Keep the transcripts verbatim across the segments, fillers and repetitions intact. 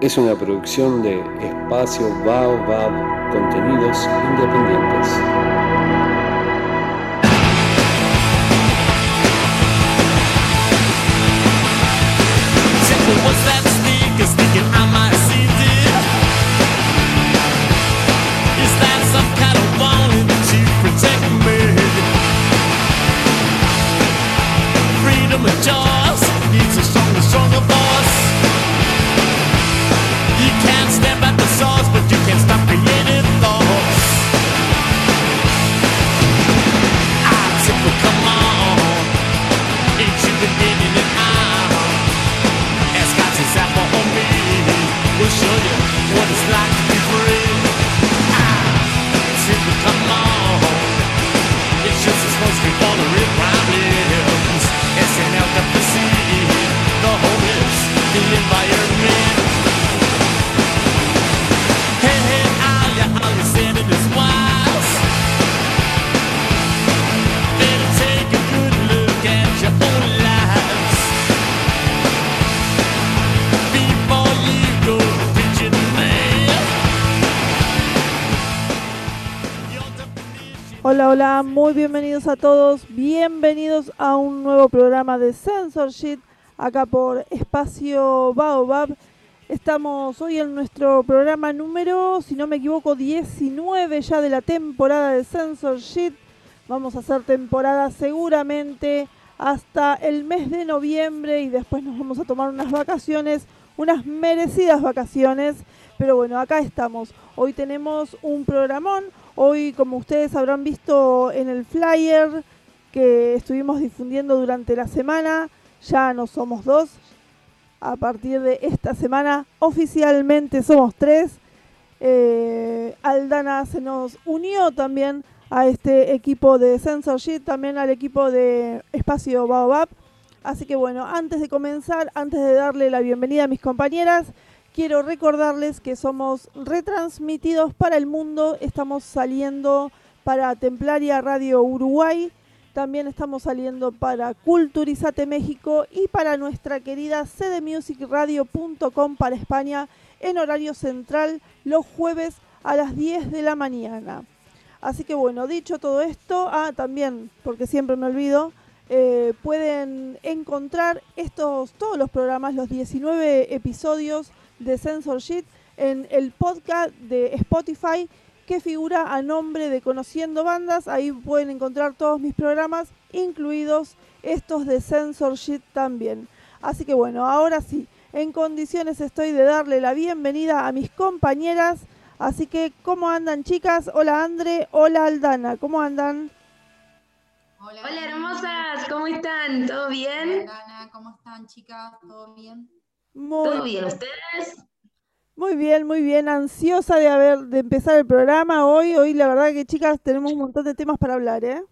es una producción de Espacio Baobab, contenidos independientes. Hola, hola, muy bienvenidos a todos, bienvenidos a un nuevo programa de Censorship, acá por Espacio Baobab. Estamos hoy en nuestro programa número, si no me equivoco, diecinueve ya de la temporada de Censorship. Vamos a hacer temporada seguramente hasta el mes de noviembre y después nos vamos a tomar unas vacaciones, unas merecidas vacaciones. Pero bueno, acá estamos. Hoy tenemos un programón. Hoy, como ustedes habrán visto en el flyer que estuvimos difundiendo durante la semana, ya no somos dos. A partir de esta semana oficialmente somos tres. Eh, Aldana se nos unió también a este equipo de Censorship, también al equipo de Espacio Baobab. Así que bueno, antes de comenzar, antes de darle la bienvenida a mis compañeras, quiero recordarles que somos retransmitidos para el mundo. Estamos saliendo para Templaria Radio Uruguay. También estamos saliendo para Culturizate México y para nuestra querida c d music radio punto com para España en horario central los jueves a las diez de la mañana. Así que bueno, dicho todo esto, ah, también, porque siempre me olvido, eh, pueden encontrar estos todos los programas, los diecinueve episodios de Censorship en el podcast de Spotify que figura a nombre de Conociendo Bandas. Ahí pueden encontrar todos mis programas, incluidos estos de Censorship también. Así que bueno, ahora sí, en condiciones estoy de darle la bienvenida a mis compañeras. Así que, ¿cómo andan, chicas? Hola, Andre. Hola, Aldana. ¿Cómo andan? Hola, Hola hermosas. ¿Cómo están? ¿Todo bien? Hola, Aldana. ¿Cómo están, chicas? ¿Todo bien? Muy ¿Todo bien? ¿Ustedes? Muy bien, muy bien. Ansiosa de haber de empezar el programa hoy. Hoy la verdad que, chicas, tenemos un montón de temas para hablar, ¿eh?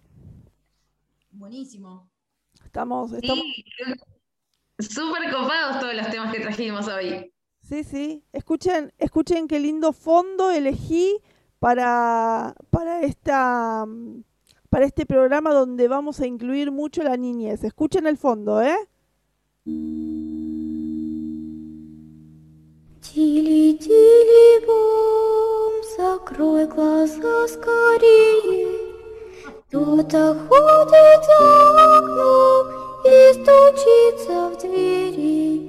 Buenísimo. Estamos, estamos... Sí, súper copados todos los temas que trajimos hoy. Sí, sí. Escuchen, escuchen qué lindo fondo elegí para, para esta para este programa donde vamos a incluir mucho la niñez. Escuchen el fondo, ¿eh? Тили-тили-бом, закрой глаза скорее. Кто-то ходит за окном и стучится в двери.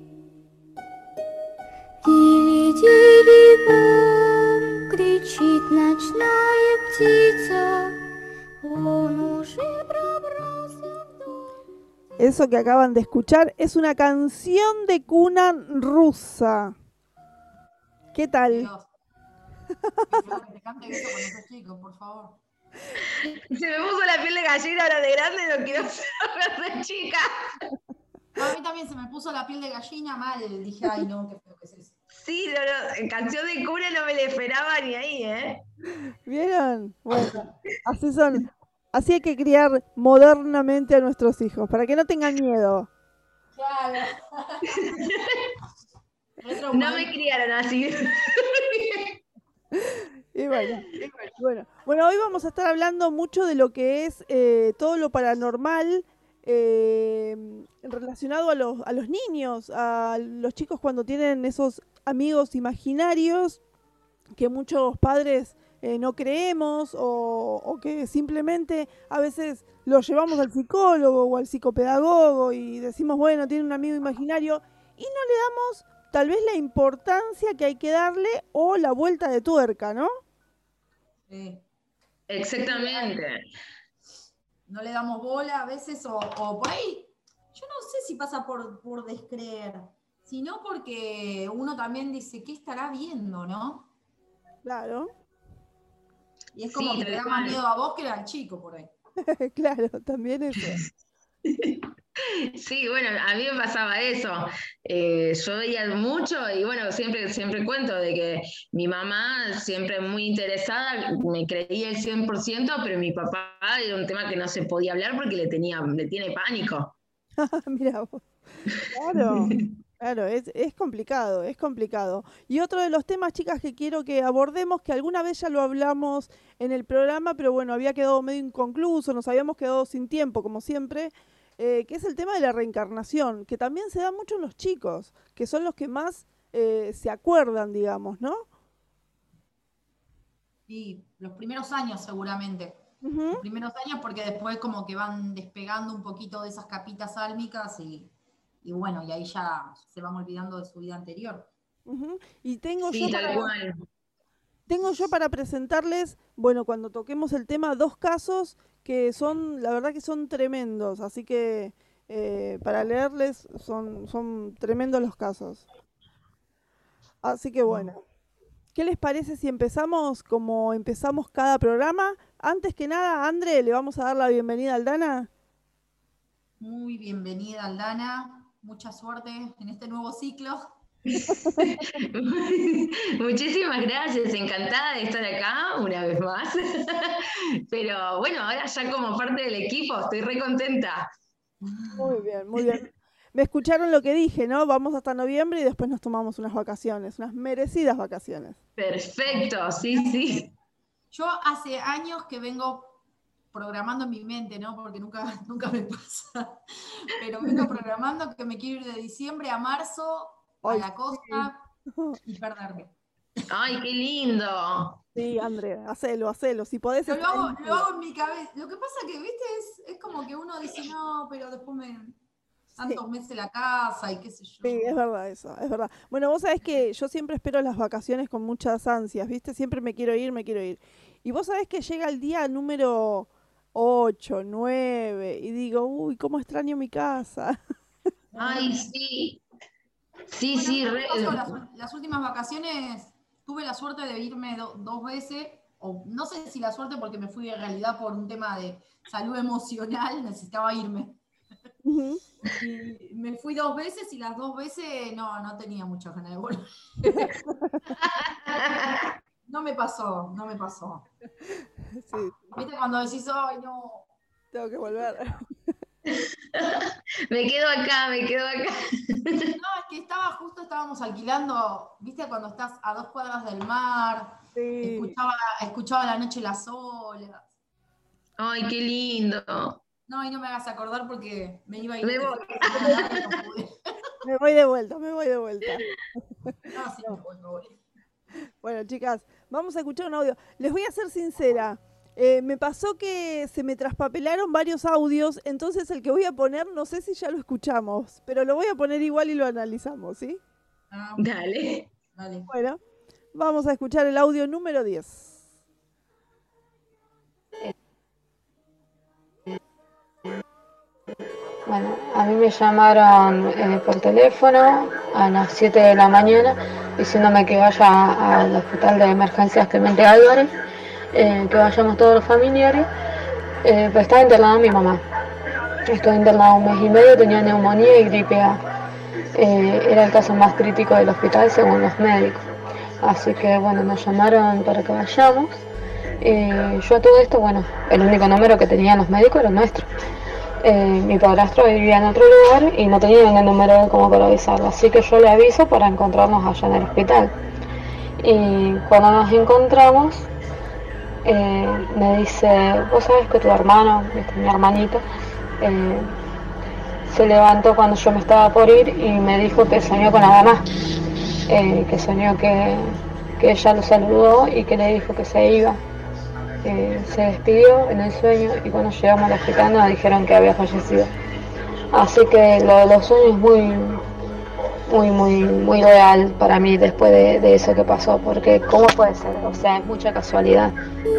Тили-тили-бом, кричит ночная птица. Он уже пробрался в дом. Eso que acaban de escuchar es una canción de cuna rusa. ¿Qué tal? Dios. Quiero que te cante eso cuando sos chico, por favor. Se me puso la piel de gallina ahora de grande, no quiero ser de chica. A mí también se me puso la piel de gallina mal. Dije, ay, no, qué feo que es eso. Sí, no, no, en canción de cuna no me la esperaba ni ahí, ¿eh? ¿Vieron? Bueno, así son. Así hay que criar modernamente a nuestros hijos, para que no tengan miedo. Claro. No me criaron así. Y bueno, bueno, bueno, hoy vamos a estar hablando mucho de lo que es eh, todo lo paranormal eh, relacionado a los, a los niños, a los chicos cuando tienen esos amigos imaginarios que muchos padres eh, no creemos o, o que simplemente a veces los llevamos al psicólogo o al psicopedagogo y decimos, bueno, tiene un amigo imaginario y no le damos tal vez la importancia que hay que darle o la vuelta de tuerca, ¿no? Sí. Exactamente. No le damos bola a veces o, o por ahí, yo no sé si pasa por, por descreer, sino porque uno también dice, ¿qué estará viendo, no? Claro. Y es como Sí, que te da tal más cual. miedo a vos que al chico por ahí. Claro, también eso. Sí, bueno, a mí me pasaba eso. Eh, yo veía mucho y bueno, siempre, siempre cuento de que mi mamá, siempre muy interesada, me creía el cien por ciento, pero mi papá era un tema que no se podía hablar porque le tenía, le tiene pánico. Mira vos. Claro, claro, es, es complicado, es complicado. Y otro de los temas, chicas, que quiero que abordemos, que alguna vez ya lo hablamos en el programa, pero bueno, había quedado medio inconcluso, nos habíamos quedado sin tiempo, como siempre, eh, que es el tema de la reencarnación, que también se da mucho en los chicos, que son los que más eh, se acuerdan, digamos, ¿no? Y los primeros años seguramente. Ujú, Los primeros años porque después como que van despegando un poquito de esas capitas sálmicas y, y bueno, y ahí ya se van olvidando de su vida anterior. ujú. Y tengo yo Sí, tal para, cual. tengo yo para presentarles, bueno, cuando toquemos el tema, dos casos que son, la verdad que son tremendos, así que eh, para leerles son, son tremendos los casos. Así que bueno, ¿qué les parece si empezamos como empezamos cada programa? Antes que nada, André, le vamos a dar la bienvenida a Aldana. Muy bienvenida, Aldana. Mucha suerte en este nuevo ciclo. Muchísimas gracias, encantada de estar acá una vez más. Pero bueno, ahora ya como parte del equipo, estoy re contenta. Muy bien, muy bien. Me escucharon lo que dije, ¿no? Vamos hasta noviembre y después nos tomamos unas vacaciones, unas merecidas vacaciones. Perfecto, sí, sí. Yo hace años que vengo programando en mi mente, ¿no? Porque nunca, nunca me pasa. Pero vengo programando que me quiero ir de diciembre a marzo a Ay, la costa y perderme. Ay, qué lindo. sí, André, hacelo, hacelo. Si podés. Pero lo estar hago, en- lo hago en mi cabeza. Lo que pasa que, viste, es, es como que uno dice, no, pero después me... tantos meses en la casa y qué sé yo. Sí, es verdad eso, es verdad. Bueno, vos sabés que yo siempre espero las vacaciones con muchas ansias, ¿viste? Siempre me quiero ir, me quiero ir. Y vos sabés que llega el día número ocho, nueve y digo, uy, cómo extraño mi casa. Ay, sí. Sí, Bueno, a mí sí, me re. pasó las, las últimas vacaciones, tuve la suerte de irme do- dos veces, o no sé si la suerte porque me fui en realidad por un tema de salud emocional, necesitaba irme. Ujú. Y me fui dos veces y las dos veces no, no tenía muchas ganas de volver. No me pasó, no me pasó. Sí, ¿Viste cuando decís, ay, no? tengo que volver. Me quedo acá, me quedo acá. No, es que estaba, justo estábamos alquilando, ¿viste cuando estás a dos cuadras del mar? Sí. Escuchaba, escuchaba a la noche las olas. Ay, qué lindo. No, y no me hagas acordar porque me iba a ir Me este voy. fin de semana y no pude. Me voy de vuelta, me voy de vuelta. No, sí, me voy, me voy. Bueno, chicas, vamos a escuchar un audio. Les voy a ser sincera. eh, me pasó que se me traspapelaron varios audios, entonces el que voy a poner, no sé si ya lo escuchamos, pero lo voy a poner igual y lo analizamos, ¿sí? Ah, Dale. dale. Bueno, vamos a escuchar el audio número diez. Bueno, a mí me llamaron eh, por teléfono a las siete de la mañana diciéndome que vaya al hospital de emergencias Clemente Álvarez, eh, que vayamos todos los familiares, eh, pues estaba internada mi mamá. Estuve internada un mes y medio, tenía neumonía y gripe A. Eh, era el caso más crítico del hospital según los médicos. Así que bueno, nos llamaron para que vayamos. Eh, yo a todo esto, bueno, el único número que tenían los médicos era el nuestro. Eh, mi padrastro vivía en otro lugar y no tenía el número como para avisarlo, así que yo le aviso para encontrarnos allá en el hospital. Y cuando nos encontramos, eh, me dice, vos sabés que tu hermano, este, mi hermanito, eh, se levantó cuando yo me estaba por ir y me dijo que soñó con la mamá, eh, que soñó que, que ella lo saludó y que le dijo que se iba. Eh, se despidió en el sueño y cuando llegamos al hospital nos dijeron que había fallecido. Así que lo de los sueños es muy, muy, muy, muy real para mí después de, de eso que pasó, porque ¿cómo puede ser? O sea, es mucha casualidad.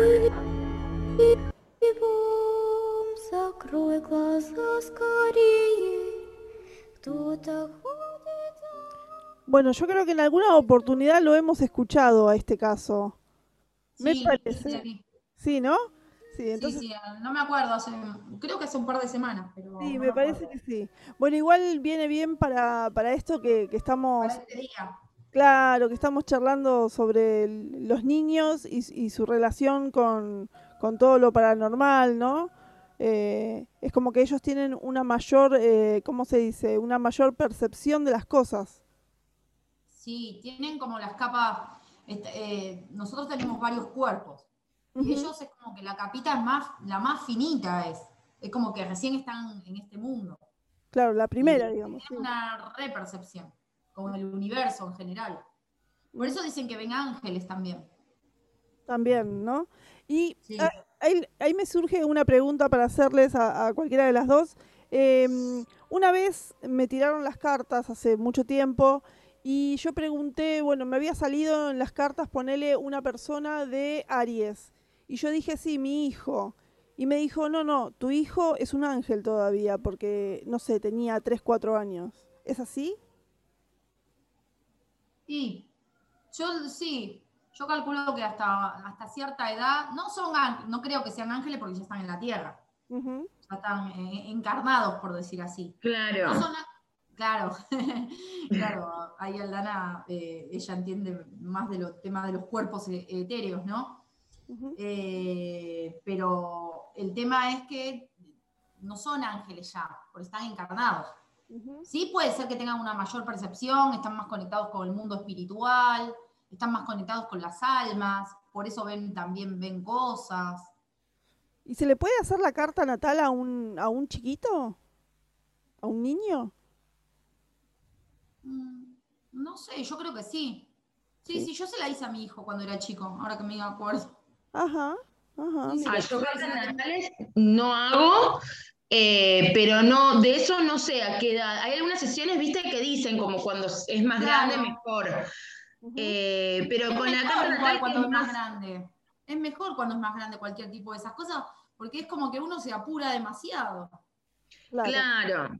Bueno, yo creo que en alguna oportunidad lo hemos escuchado a este caso. Me Sí, parece. sí, sí. Sí, ¿no? Sí, entonces. Sí, sí, no me acuerdo, hace, creo que hace un par de semanas, pero Sí, no me me parece acuerdo. que sí. Bueno, igual viene bien para, para esto que, que estamos, Para este día. claro, que estamos charlando sobre el- los niños y, y su relación con, con todo lo paranormal, ¿no? Eh, es como que ellos tienen una mayor, eh, ¿cómo se dice? Una mayor percepción de las cosas. Sí, tienen como las capas, este, eh, nosotros tenemos varios cuerpos y Ujú. ellos es como que la capita es más, la más finita es, es como que recién están en este mundo Claro, la y primera, digamos. tienen Sí. una repercepción, como el universo en general. Por eso dicen que ven ángeles también. También, ¿no? Y Sí. ah, ahí, ahí me surge una pregunta para hacerles a, a cualquiera de las dos. Em, una vez me tiraron las cartas hace mucho tiempo y yo pregunté, bueno, me había salido en las cartas ponerle una persona de Aries. Y yo dije, sí, mi hijo. Y me dijo, no, no, tu hijo es un ángel todavía porque, no sé, tenía tres cuatro años. ¿Es así? Y yo sí, yo calculo que hasta, hasta cierta edad, no son ángel- no creo que sean ángeles porque ya están en la tierra, Ujú. ya están eh, encarnados, por decir así. No Claro. son, á- claro, claro, ahí Aldana, eh, ella entiende más de los temas de los cuerpos e- etéreos, ¿no? Ujú. Eh, pero el tema es que no son ángeles ya, porque están encarnados. Ujú. Sí puede ser que tengan una mayor percepción, están más conectados con el mundo espiritual, están más conectados con las almas, por eso ven, también ven cosas. ¿Y se le puede hacer la carta natal a un, a un chiquito? ¿A un niño? Mm, no sé, yo creo que sí. Sí, Sí. sí, yo se la hice a mi hijo cuando era chico, ahora que me acuerdo. Ajá, ajá, Sí, sí, Ah, mira. yo yo se la hice cartas a la- natales no hago, eh, pero no, de eso no sé a qué edad. Hay algunas sesiones, viste, que dicen como cuando es más grande, Claro, mejor. Ujú. Eh, pero es con la carta mejor igual natal que cuando es es más más. grande. Es mejor cuando es más grande cualquier tipo de esas cosas, porque es como que uno se apura demasiado. Claro. Claro,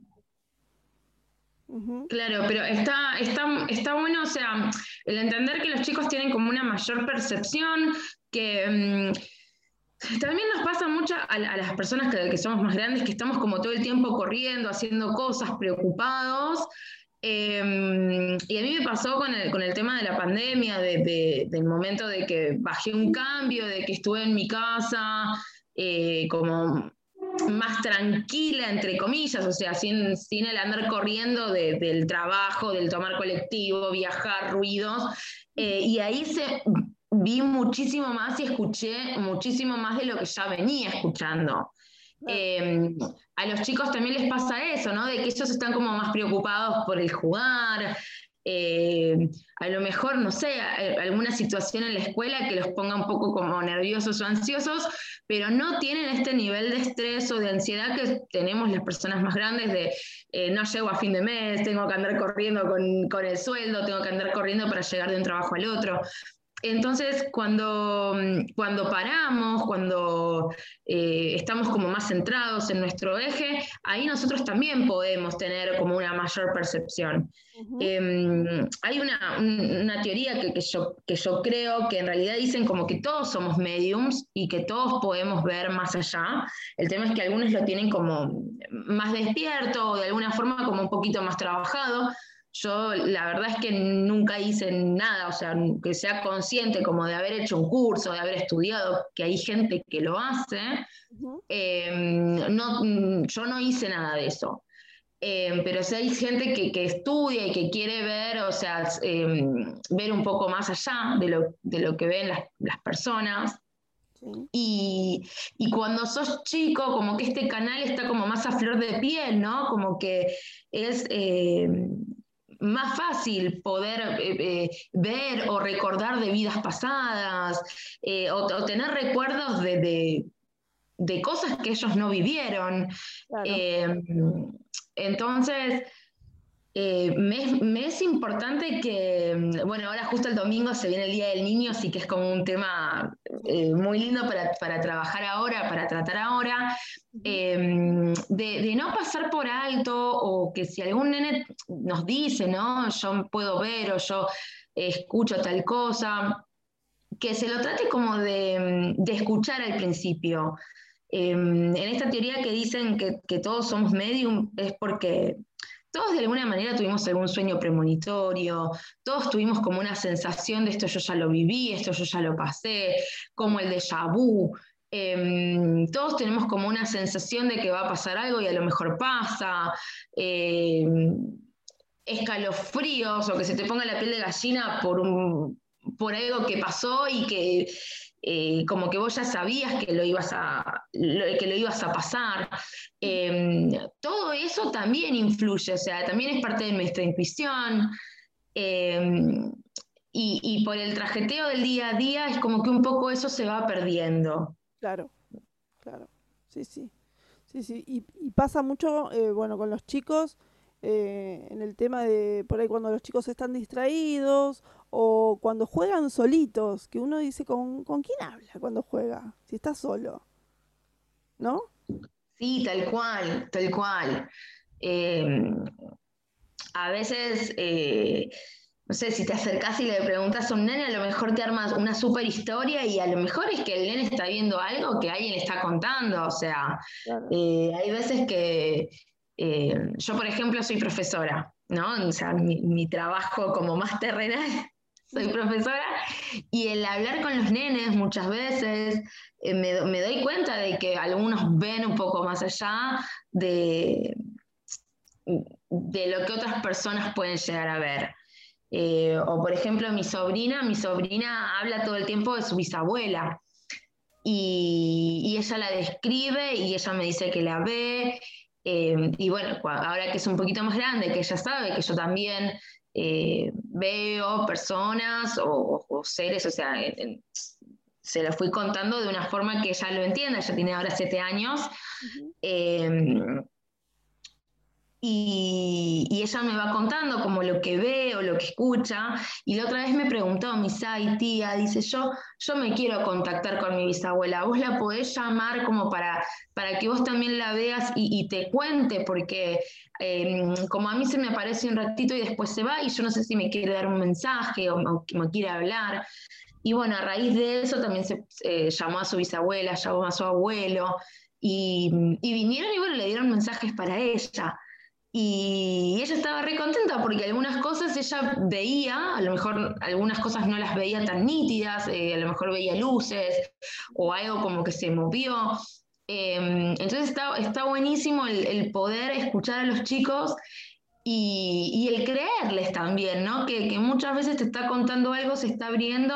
Ujú. claro, pero está, está, está bueno, o sea, el entender que los chicos tienen como una mayor percepción, que mm, también nos pasa mucho a, la- a las personas que, que somos más grandes, que estamos como todo el tiempo corriendo, haciendo cosas, preocupados. Eh, y a mí me pasó con el, con el tema de la pandemia, de, de- del momento de que bajé un cambio, de que estuve en mi casa, eh, como más tranquila, entre comillas, o sea, sin, sin el andar corriendo de- del trabajo, del tomar colectivo, viajar, ruidos. Eh, y ahí se, vi muchísimo más y escuché muchísimo más de lo que ya venía escuchando. Claro. Eh, a los chicos también les pasa eso, ¿no? De que ellos están como más preocupados por el jugar, eh, a lo mejor, no sé, alguna situación en la escuela que los ponga un poco como nerviosos o ansiosos, pero no tienen este nivel de estrés o de ansiedad que tenemos las personas más grandes de eh, no llego a fin de mes, tengo que andar corriendo con, con el sueldo, tengo que andar corriendo para llegar de un trabajo al otro. Entonces, cuando, cuando paramos, cuando eh, estamos como más centrados en nuestro eje, ahí nosotros también podemos tener como una mayor percepción. Ujú. Eh, hay una, una teoría que, que, yo, que yo creo que en realidad dicen como que todos somos mediums y que todos podemos ver más allá. El tema es que algunos lo tienen como más despierto o de alguna forma como un poquito más trabajado. Yo la verdad es que nunca hice nada, o sea, que sea consciente como de haber hecho un curso, de haber estudiado, que hay gente que lo hace. Ujú. Eh, no, yo no hice nada de eso. Eh, pero si hay gente que, que estudia y que quiere ver, o sea, eh, ver un poco más allá de lo, de lo que ven las, las personas. Sí. Y, y cuando sos chico, como que este canal está como más a flor de piel, ¿no? Como que es eh, más fácil poder eh, eh, ver o recordar de vidas pasadas, eh, o, o tener recuerdos de, de, de cosas que ellos no vivieron. Claro. Eh, entonces... Eh, me, es, me es importante que, bueno, ahora justo el domingo se viene el Día del Niño, así que es como un tema eh, muy lindo para, para trabajar ahora, para tratar ahora, eh, de, de no pasar por alto, o que si algún nene nos dice, ¿no? Yo puedo ver o yo escucho tal cosa, que se lo trate como de, de escuchar al principio. Eh, en esta teoría que dicen que, que todos somos medium, es porque todos de alguna manera tuvimos algún sueño premonitorio, todos tuvimos como una sensación de esto yo ya lo viví, esto yo ya lo pasé, como el déjà vu. Eh, todos tenemos como una sensación de que va a pasar algo y a lo mejor pasa. Eh, escalofríos o que se te ponga la piel de gallina por, un, por algo que pasó y que eh, como que vos ya sabías que lo ibas a, lo, que lo ibas a pasar. Eh, todo eso también influye, o sea, también es parte de nuestra intuición. Eh, y, y por el trajeteo del día a día es como que un poco eso se va perdiendo. Claro, claro. Sí, sí. Sí, sí. Y, y pasa mucho, eh, bueno, con los chicos, eh, en el tema de por ahí cuando los chicos están distraídos o cuando juegan solitos, que uno dice, ¿con, ¿con quién habla cuando juega? Si está solo, ¿no? Sí, tal cual, tal cual. Eh, a veces, eh, no sé, si te acercás y le preguntas a un nene, a lo mejor te armas una super historia y a lo mejor es que el nene está viendo algo que alguien le está contando. O sea, Claro. eh, hay veces que eh, yo, por ejemplo, soy profesora, ¿no? O sea, mi, mi trabajo como más terrenal, soy profesora, y el hablar con los nenes muchas veces eh, me, me doy cuenta de que algunos ven un poco más allá de de lo que otras personas pueden llegar a ver. Eh, o por ejemplo, mi sobrina, mi sobrina habla todo el tiempo de su bisabuela y, y ella la describe y ella me dice que la ve. Eh, y bueno, ahora que es un poquito más grande, que ella sabe que yo también eh, veo personas o, o seres, o sea, en, en, se lo fui contando de una forma que ella lo entienda. Ella tiene ahora siete años. Uh-huh. Eh, Y, y ella me va contando como lo que ve o lo que escucha. Y la otra vez me preguntó, Misai, tía, dice, yo, yo me quiero contactar con mi bisabuela. ¿Vos la podés llamar como para, para que vos también la veas y, y te cuente? Porque eh, como a mí se me aparece un ratito y después se va y yo no sé si me quiere dar un mensaje o, o me quiere hablar. Y bueno, a raíz de eso también se eh, llamó a su bisabuela, llamó a su abuelo. Y, y vinieron y bueno, le dieron mensajes para ella. Y ella estaba re contenta porque algunas cosas ella veía, a lo mejor algunas cosas no las veía tan nítidas, eh, a lo mejor veía luces o algo como que se movió. Eh, entonces está, está buenísimo el, el poder escuchar a los chicos y, y el creerles también, ¿no? Que, que muchas veces te está contando algo, se está abriendo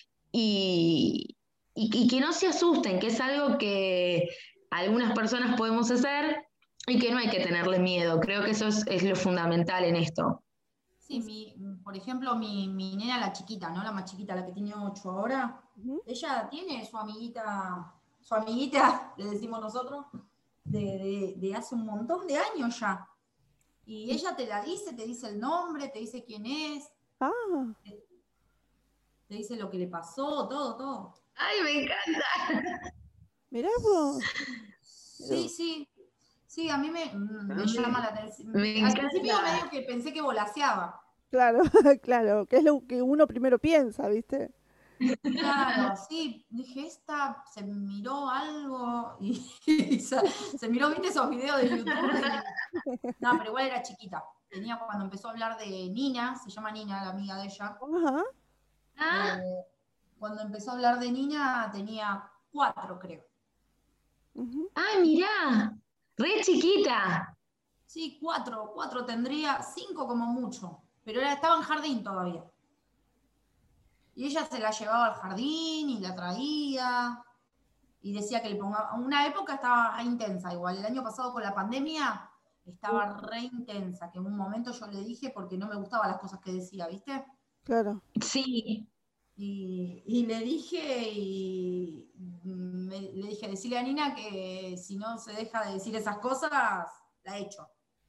y, y, y que no se asusten, que es algo que algunas personas podemos hacer y que no hay que tenerle miedo. Creo que eso es, es lo fundamental en esto. Sí, mi, por ejemplo, mi, mi nena, la chiquita, ¿no? La más chiquita, la que tiene ocho ahora, uh-huh. Ella tiene su amiguita, su amiguita, le decimos nosotros, de, de, de hace un montón de años ya. Y ella te la dice, te dice el nombre, te dice quién es, ah. te, te dice lo que le pasó, todo, todo. ¡Ay, me encanta! Mirá vos. Sí, sí. Sí, a mí me, me llama la atención. Me Al principio medio que pensé que volaseaba. Claro, claro, que es lo que uno primero piensa, ¿viste? Claro, sí, dije, esta se miró algo y, y se, se miró, viste esos videos de YouTube. Y, no, pero igual era chiquita. Tenía cuando empezó a hablar de Nina, se llama Nina, la amiga de ella. Ajá. Eh, cuando empezó a hablar de Nina tenía cuatro, creo. Uh-huh. ¡Ay, mirá! ¡Re chiquita! Sí, cuatro, cuatro tendría, cinco como mucho. Pero era, estaba en jardín todavía. Y ella se la llevaba al jardín y la traía. y decía que le ponga, una época estaba re intensa, igual el año pasado con la pandemia estaba re intensa, que en un momento yo le dije porque no me gustaban las cosas que decía, ¿viste? Claro. Sí. Y, y le dije, y me, le dije, decirle a Nina que si no se deja de decir esas cosas, la echo.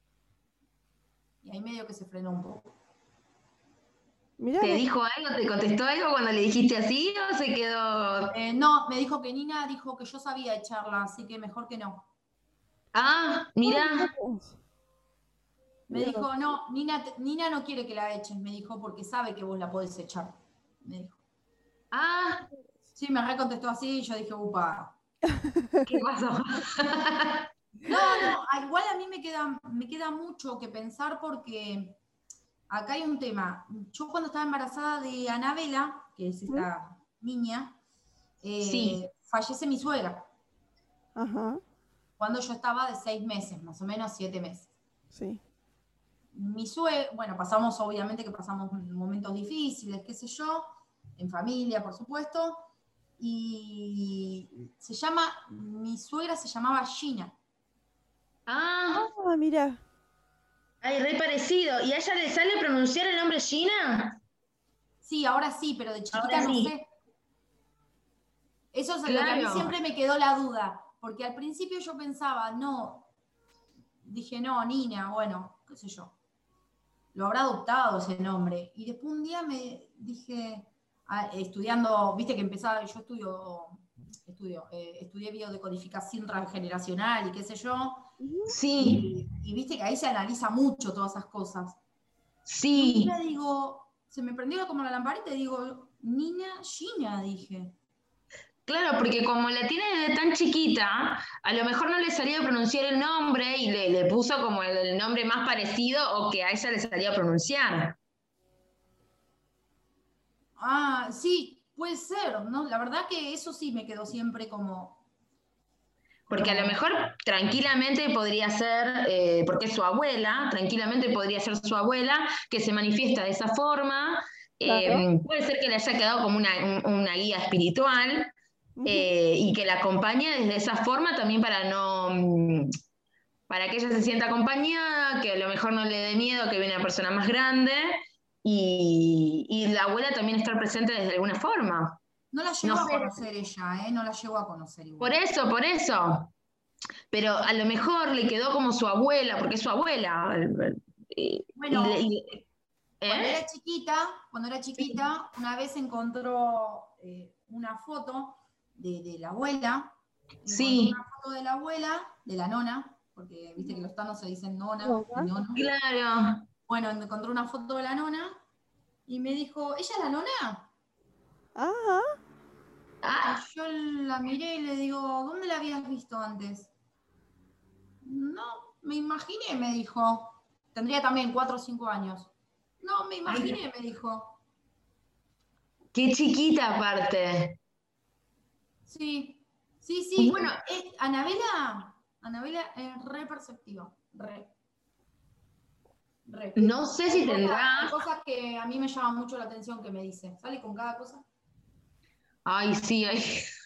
Y ahí medio que se frenó un poco. Mirá, ¿Te me- dijo algo, te contestó algo cuando le dijiste así o se quedó? Eh, no, me dijo que Nina dijo que yo sabía echarla, así que mejor que no. Ah, Ah, mirá mirá. vos. Me Mirá dijo, no, Nina, te- Nina no quiere que la eches, me dijo, porque sabe que vos la podés echar. Me dijo. Ah, Sí, me recontestó así y yo dije, upa. ¿qué pasó? No, no, a- igual a mí me queda, me queda mucho que pensar porque acá hay un tema. Yo cuando estaba embarazada de Anabela, que es esta niña, eh, Sí. fallece mi suegra, Ajá, cuando yo estaba de seis meses, más o menos siete meses. sí. Mi suegra, bueno, pasamos, obviamente que pasamos momentos difíciles, qué sé yo, en familia, por supuesto, y se llama, mi suegra se llamaba Gina. Ah, Ah, mirá. ay, re parecido. ¿Y a ella le sale pronunciar el nombre Gina? Sí, ahora sí, pero de chiquita Ahora no sí. sé. Eso es lo que a mí Claro. siempre me quedó la duda, porque al principio yo pensaba, no, dije, no, Nina, bueno, qué sé yo, lo habrá adoptado ese nombre. Y después un día me dije, ah, estudiando, viste que empezaba, yo estudio, estudio eh, estudié biodecodificación transgeneracional y qué sé yo, Sí, y, y viste que ahí se analiza mucho todas esas cosas. Y un sí. día digo, se me prendió como la lamparita y digo, Nina, Gina, dije. Claro, porque como la tiene desde tan chiquita, a lo mejor no le salía a pronunciar el nombre y le, le puso como el, el nombre más parecido o que a ella le salía a pronunciar. Ah, sí, puede ser, ¿no? La verdad que eso sí me quedó siempre como... Porque a lo como- mejor tranquilamente podría ser, eh, porque es su abuela, tranquilamente podría ser su abuela que se manifiesta de esa forma. Claro. Eh, puede ser que le haya quedado como una, un- una guía espiritual Ujú. eh, y que la acompañe desde esa forma también para no, mm, para que ella se sienta acompañada, que a lo mejor no le dé miedo que viene una persona más grande y, y la abuela también estar presente desde alguna forma. No la No llegó a sé, conocer ella, ¿eh? No la llegó a conocer por igual. eso, por eso. Pero a lo mejor le quedó como su abuela, porque es su abuela. Y, y le- Bueno, y- cuando ¿eh? era chiquita, cuando era chiquita, una vez encontró eh, una foto de, de la abuela, encontró Sí, una foto de la abuela, de la nona, porque viste que los tanos se dicen nona y Nona. nono. claro. Bueno, encontró una foto de la nona y me dijo, ¿ella es la nona? Ah, Y Ah, yo la miré y le digo, ¿dónde la habías visto antes? No, me imaginé, me dijo. Tendría también cuatro o cinco años. No, me ay, imaginé, me dijo. qué chiquita aparte. Sí, sí, sí. Bueno, Eh, Anabela, Anabela es re perceptiva, re, re. no sé Hay si cosas, hay tendrá. cosas que a mí me llaman mucho la atención que me dice. Sale con cada cosa. Ay, sí, ay.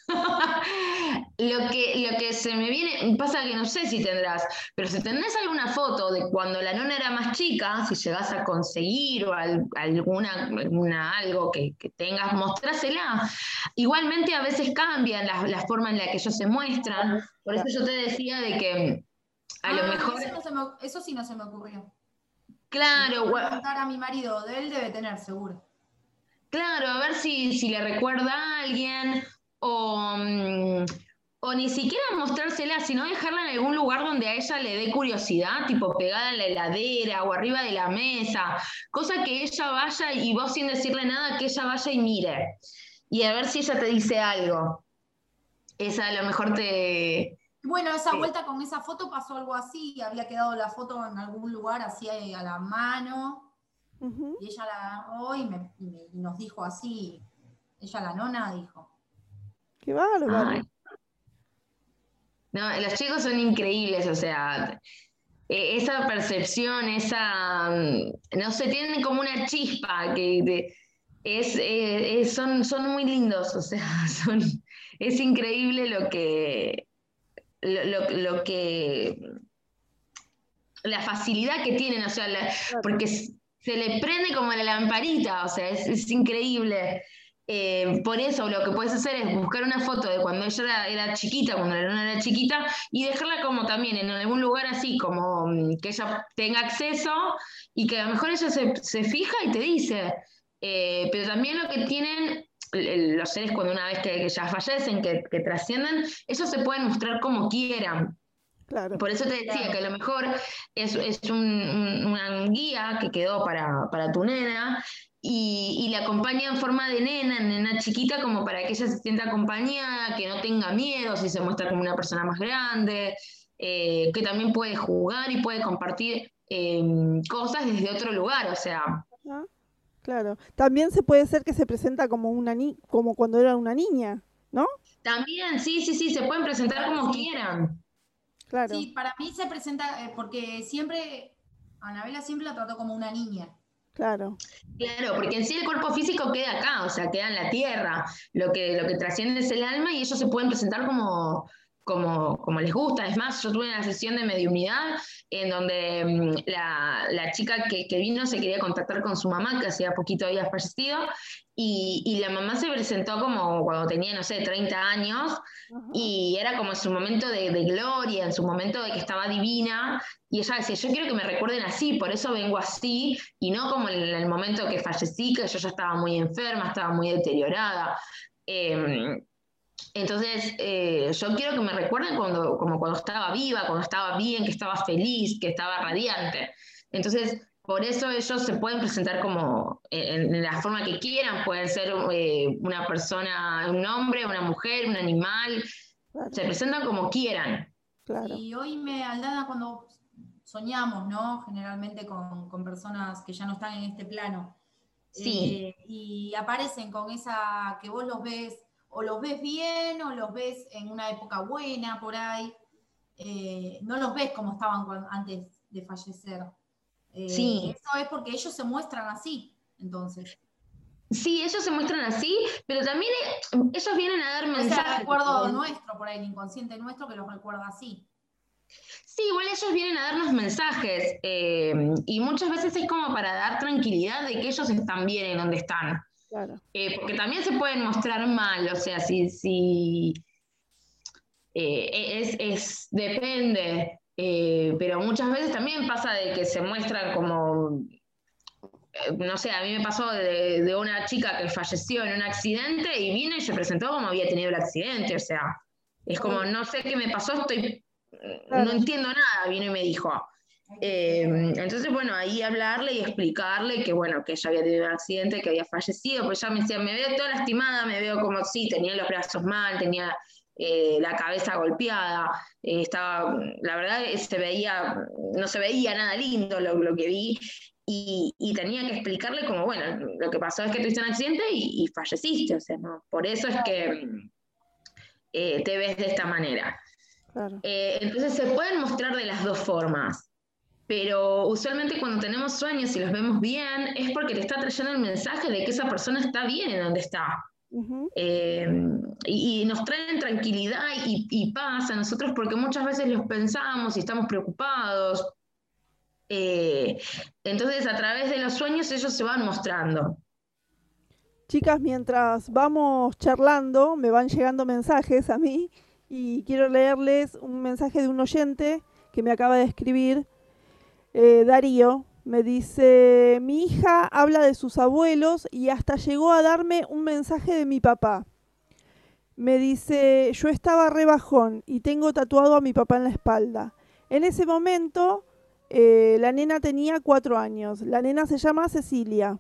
Lo que, lo que se me viene, pasa que no sé si tendrás, pero si tenés alguna foto de cuando la nona era más chica, si llegás a conseguir o al- alguna, alguna algo que, que tengas, mostrásela. Igualmente a veces cambian la, la forma en la que ellos se muestran, por eso yo te decía de que a lo Ah, mejor, eso, no se me, eso sí no se me ocurrió. Le voy claro, a gua- preguntar a mi marido, de él debe tener, seguro. claro, a ver si, si le recuerda a alguien o, mm, o ni siquiera mostrársela, sino dejarla en algún lugar donde a ella le dé curiosidad, tipo pegada en la heladera o arriba de la mesa, cosa que ella vaya y vos sin decirle nada, que ella vaya y mire. Y a ver si ella te dice algo. Esa a lo mejor te... Bueno, esa te- vuelta con esa foto pasó algo así, había quedado la foto en algún lugar así eh, a la mano, ujú. y ella la agarró y, me- y me- y nos dijo así, ella la nona dijo. Qué bárbaro. Ay, no, los chicos son increíbles, o sea, eh, esa percepción, esa, mm, no sé, tienen como una chispa que de- es, eh, es- son, son muy lindos, o sea, son, es increíble lo que, lo, lo, lo que, la facilidad que tienen, o sea, la, porque se le prende como la lamparita, o sea, es, es increíble. Eh, por eso lo que puedes hacer es buscar una foto de cuando ella era, era chiquita, cuando la Luna era chiquita, y dejarla como también en algún lugar así, como mm, que ella tenga acceso y que a lo mejor ella se, se fija y te dice. Eh, pero también lo que tienen el- los seres cuando una vez que, que ya fallecen, que, que trascienden, ellos se pueden mostrar como quieran. Claro. Por eso te decía Claro. que a lo mejor es, es un- un- una guía que quedó para, para tu nena y, y la acompaña en forma de nena, nena chiquita, como para que ella se sienta acompañada, que no tenga miedo si se muestra como una persona más grande, eh, que también puede jugar y puede compartir eh, cosas desde otro lugar, o sea, Ajá, claro. También se puede ser que se presenta como una ni como cuando era una niña, ¿no? también sí, sí, sí, se pueden presentar como Sí. quieran. Claro, Sí, para mí se presenta, eh, porque siempre, Anabela siempre la trató como una niña. claro, Claro, porque en sí el cuerpo físico queda acá, o sea, queda en la tierra. Lo que, lo que trasciende es el alma y ellos se pueden presentar como, como, como les gusta. Es más, yo tuve una sesión de mediunidad en donde mm, la, la chica que, que vino se quería contactar con su mamá, que hacía poquito había fallecido, y, y la mamá se presentó como cuando tenía, no sé, treinta años, ajá, y era como en su momento de, de gloria, en su momento de que estaba divina, y ella decía, yo quiero que me recuerden así, por eso vengo así, y no como en el momento que fallecí, que yo ya estaba muy enferma, estaba muy deteriorada. Eh, entonces, eh, yo quiero que me recuerden cuando, como cuando estaba viva, cuando estaba bien, que estaba feliz, que estaba radiante. Entonces, por eso ellos se pueden presentar como en, en la forma que quieran, pueden ser eh, una persona, un hombre, una mujer, un animal, claro, se presentan como quieran. claro. Y hoy me, Aldana, cuando soñamos, ¿no? Generalmente con, con personas que ya no están en este plano, Sí. eh, y aparecen con esa que vos los ves, o los ves bien, o los ves en una época buena por ahí, eh, no los ves como estaban cuando- antes de fallecer. Eh, Sí, eso es porque ellos se muestran así, entonces. sí, ellos se muestran así, pero también eh, ellos vienen a dar Es el mensajes. recuerdo nuestro, por ahí, el inconsciente nuestro que los recuerda así. Sí, igual ellos vienen a darnos mensajes eh, y muchas veces es como para dar tranquilidad de que ellos están bien en donde están. Claro, Eh, porque también se pueden mostrar mal, o sea, si, si eh, es, es, depende, eh, pero muchas veces también pasa de que se muestran como no sé, a mí me pasó de, de una chica que falleció en un accidente y vino y se presentó como había tenido el accidente, o sea, es como, no sé qué me pasó, estoy, no claro, entiendo nada, vino y me dijo. Eh, entonces, bueno, ahí hablarle y explicarle que, bueno, que ella había tenido un accidente, que había fallecido, pues ya me decía, me veo toda lastimada, me veo como, sí, tenía los brazos mal, tenía eh, la cabeza golpeada, eh, estaba, la verdad, se veía, no se veía nada lindo lo, lo que vi, y, y, tenía que explicarle como, bueno, lo que pasó es que tuviste un accidente y, y falleciste, o sea, ¿no? Por eso es que eh, te ves de esta manera. claro. Eh, entonces se pueden mostrar de las dos formas, pero usualmente cuando tenemos sueños y los vemos bien es porque te está trayendo el mensaje de que esa persona está bien en donde está. Ujú. Eh, y, y, nos traen tranquilidad y, y paz a nosotros porque muchas veces los pensamos y estamos preocupados. Eh, entonces, a través de los sueños ellos se van mostrando. Chicas, mientras vamos charlando, me van llegando mensajes a mí y quiero leerles un mensaje de un oyente que me acaba de escribir, eh, Darío. Me dice, mi hija habla de sus abuelos y hasta llegó a darme un mensaje de mi papá. Me dice, yo estaba re bajón y tengo tatuado a mi papá en la espalda. En ese momento, eh, la nena tenía cuatro años. La nena se llama Cecilia.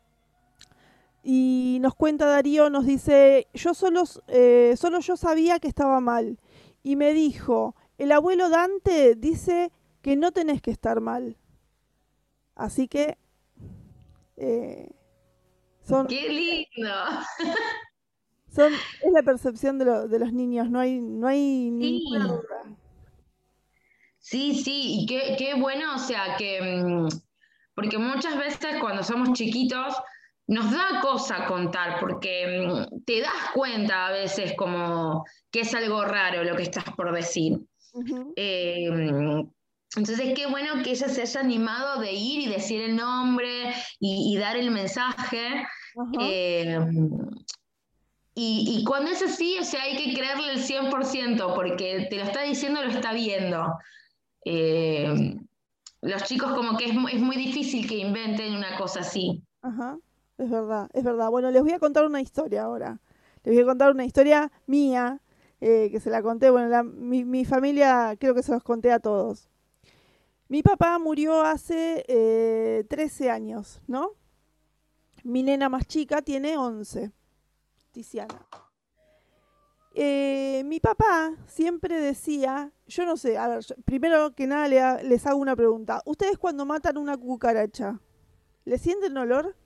Y nos cuenta Darío, nos dice, yo solo, eh, solo yo sabía que estaba mal. Y me dijo, el abuelo Dante dice que no tenés que estar mal. Así que eh, son, ¡Qué lindo! son, es la percepción de, lo, de los niños, no hay, no hay ninguna Sí, duda. sí, sí, y qué, qué bueno, o sea, que, porque muchas veces cuando somos chiquitos nos da cosa contar, porque mm, te das cuenta a veces como que es algo raro lo que estás por decir. Ujú. Eh, entonces, qué bueno que ella se haya animado de ir y decir el nombre y, y dar el mensaje. Ajá. Eh, y, y cuando es así, o sea, hay que creerle el cien por ciento porque te lo está diciendo, lo está viendo. Eh, los chicos como que es, mu- es muy difícil que inventen una cosa así. Ajá, es verdad, es verdad. Bueno, les voy a contar una historia ahora. Les voy a contar una historia mía, eh, que se la conté, bueno, la- mi, mi familia creo que se los conté a todos. Mi papá murió hace eh, trece años, ¿no? Mi nena más chica tiene once, Tiziana. Eh, mi papá siempre decía, yo no sé, a ver, yo- primero que nada le ha- les hago una pregunta. ¿Ustedes cuando matan una cucaracha, le sienten olor?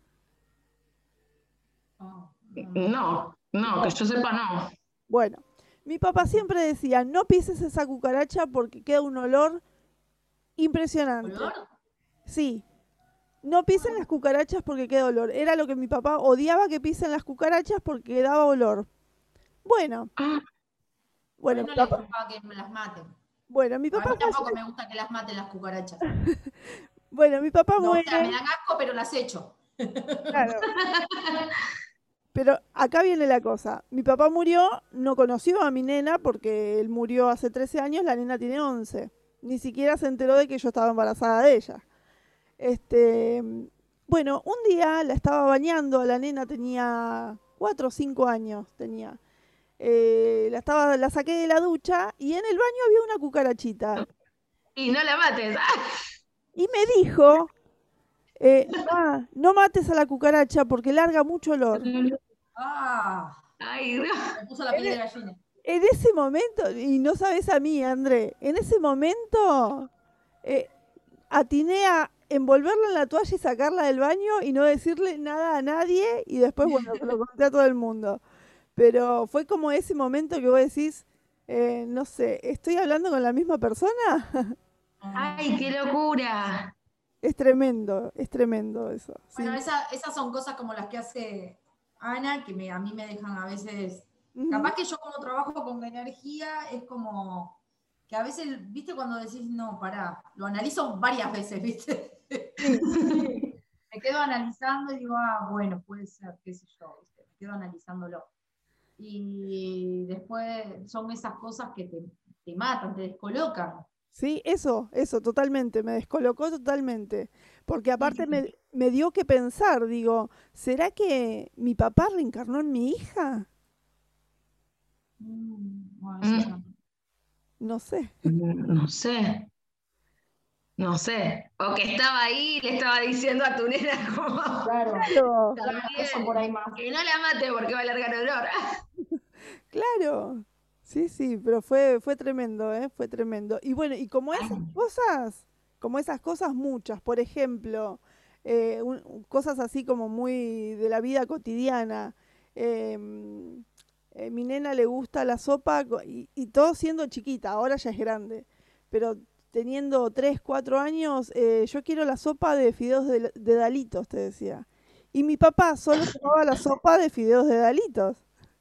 Oh, No, no, que No. yo sepa no. Bueno, mi papá siempre decía, no pises esa cucaracha porque queda un olor impresionante. ¿Olor? Sí, no pisen las cucarachas porque queda olor. Era lo que mi papá odiaba, que pisen las cucarachas porque daba olor. Bueno, Ah, Por bueno, ahí mi no le papá, gusta que me las maten. bueno, mi A papá mí tampoco falle- me gusta que las maten las cucarachas. bueno, mi papá No, o sea, me muere, dan asco, pero las echo. claro, pero acá viene la cosa. Mi papá murió, no conoció a mi nena porque él murió hace trece años, la nena tiene once. Ni siquiera se enteró de que yo estaba embarazada de ella. Este, bueno, un día la estaba bañando, la nena tenía cuatro o cinco años, tenía. Eh, la, estaba, la saqué de la ducha y en el baño había una cucarachita. y no la mates. ¡Ah! Y me dijo, eh, "Ma, no mates a la cucaracha porque larga mucho olor". Ah, Ay, Dios. me puso la En, piel de e- gallina. en ese momento, y no sabes a mí, André, en ese momento eh, atiné a envolverla en la toalla y sacarla del baño y no decirle nada a nadie y después, bueno, se lo conté a todo el mundo. Pero fue como ese momento que vos decís, eh, no sé, ¿estoy hablando con la misma persona? Ay, qué locura. Es tremendo, es tremendo eso. Bueno, Sí. esa- esas son cosas como las que hace Ana, que me- a mí me dejan a veces. Ujú. Capaz que yo, como trabajo con energía, es como que a veces, viste, cuando decís, no, pará, lo analizo varias veces, viste. Sí. Me quedo analizando y digo, ah, bueno, puede ser, qué sé yo, ¿viste? Me quedo analizándolo. Y después son esas cosas que te, te matan, te descolocan. Sí, eso, eso, totalmente, me descolocó totalmente. Porque Sí, aparte sí. me, me dio que pensar, digo, ¿será que mi papá reencarnó en mi hija? Mm, bueno, eso ya- No sé. No sé, no sé. O que estaba ahí y le estaba diciendo a tu nena como, Claro, Claro, claro, eso por ahí más. que no la mate porque va a largar olor. claro. Sí, sí, pero fue, fue tremendo, ¿eh? Fue tremendo. Y bueno, y como esas cosas, como esas cosas muchas, por ejemplo, eh, un- cosas así como muy de la vida cotidiana. em, eh, mi nena le gusta la sopa co- y, y todo siendo chiquita, ahora ya es grande, pero teniendo tres, cuatro años, eh, yo quiero la sopa de fideos de, de Dalitos, te decía. Y mi papá solo tomaba la sopa de fideos de Dalitos.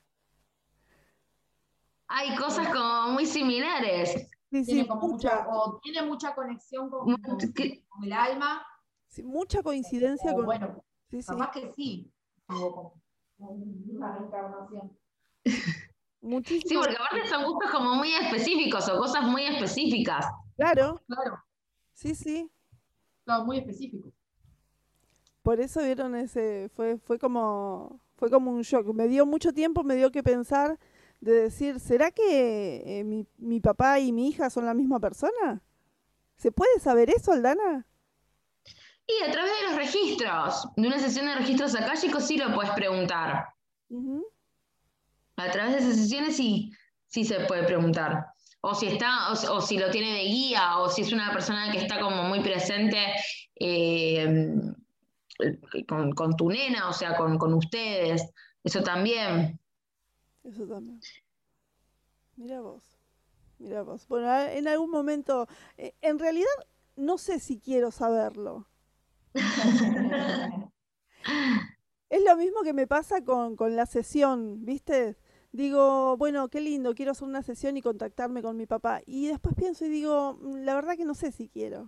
Hay cosas como muy similares. Sí, Tiene sí, como mucha, mucha, o tiene mucha conexión con, Mu- con- que- con el alma, sí, mucha coincidencia o con... bueno, Sí, sí, capaz que sí, tuvo como una reencarnación. Sí, muchísima... porque aparte son gustos como muy específicos o cosas muy específicas. Claro, Claro, sí, sí. claro, muy específico. Por eso vieron ese, fue, fue como, fue como un shock. Me dio mucho tiempo, me dio que pensar de decir, ¿será que eh, mi, mi papá y mi hija son la misma persona? ¿Se puede saber eso, Aldana? Y a través de los registros, de una sesión de registros akáshicos sí lo puedes preguntar. Ujú. A través de esas sesiones sí, sí se puede preguntar. O si está, o, o si lo tiene de guía, o si es una persona que está como muy presente eh, con, con tu nena, o sea, con, con ustedes. Eso también. Eso también. Mira vos, mira vos. Bueno, a- en algún momento, eh, en realidad no sé si quiero saberlo. Es lo mismo que me pasa con, con la sesión, ¿viste? Digo, bueno, qué lindo, quiero hacer una sesión y contactarme con mi papá. Y después pienso y digo, "Mm, la verdad que no sé si quiero".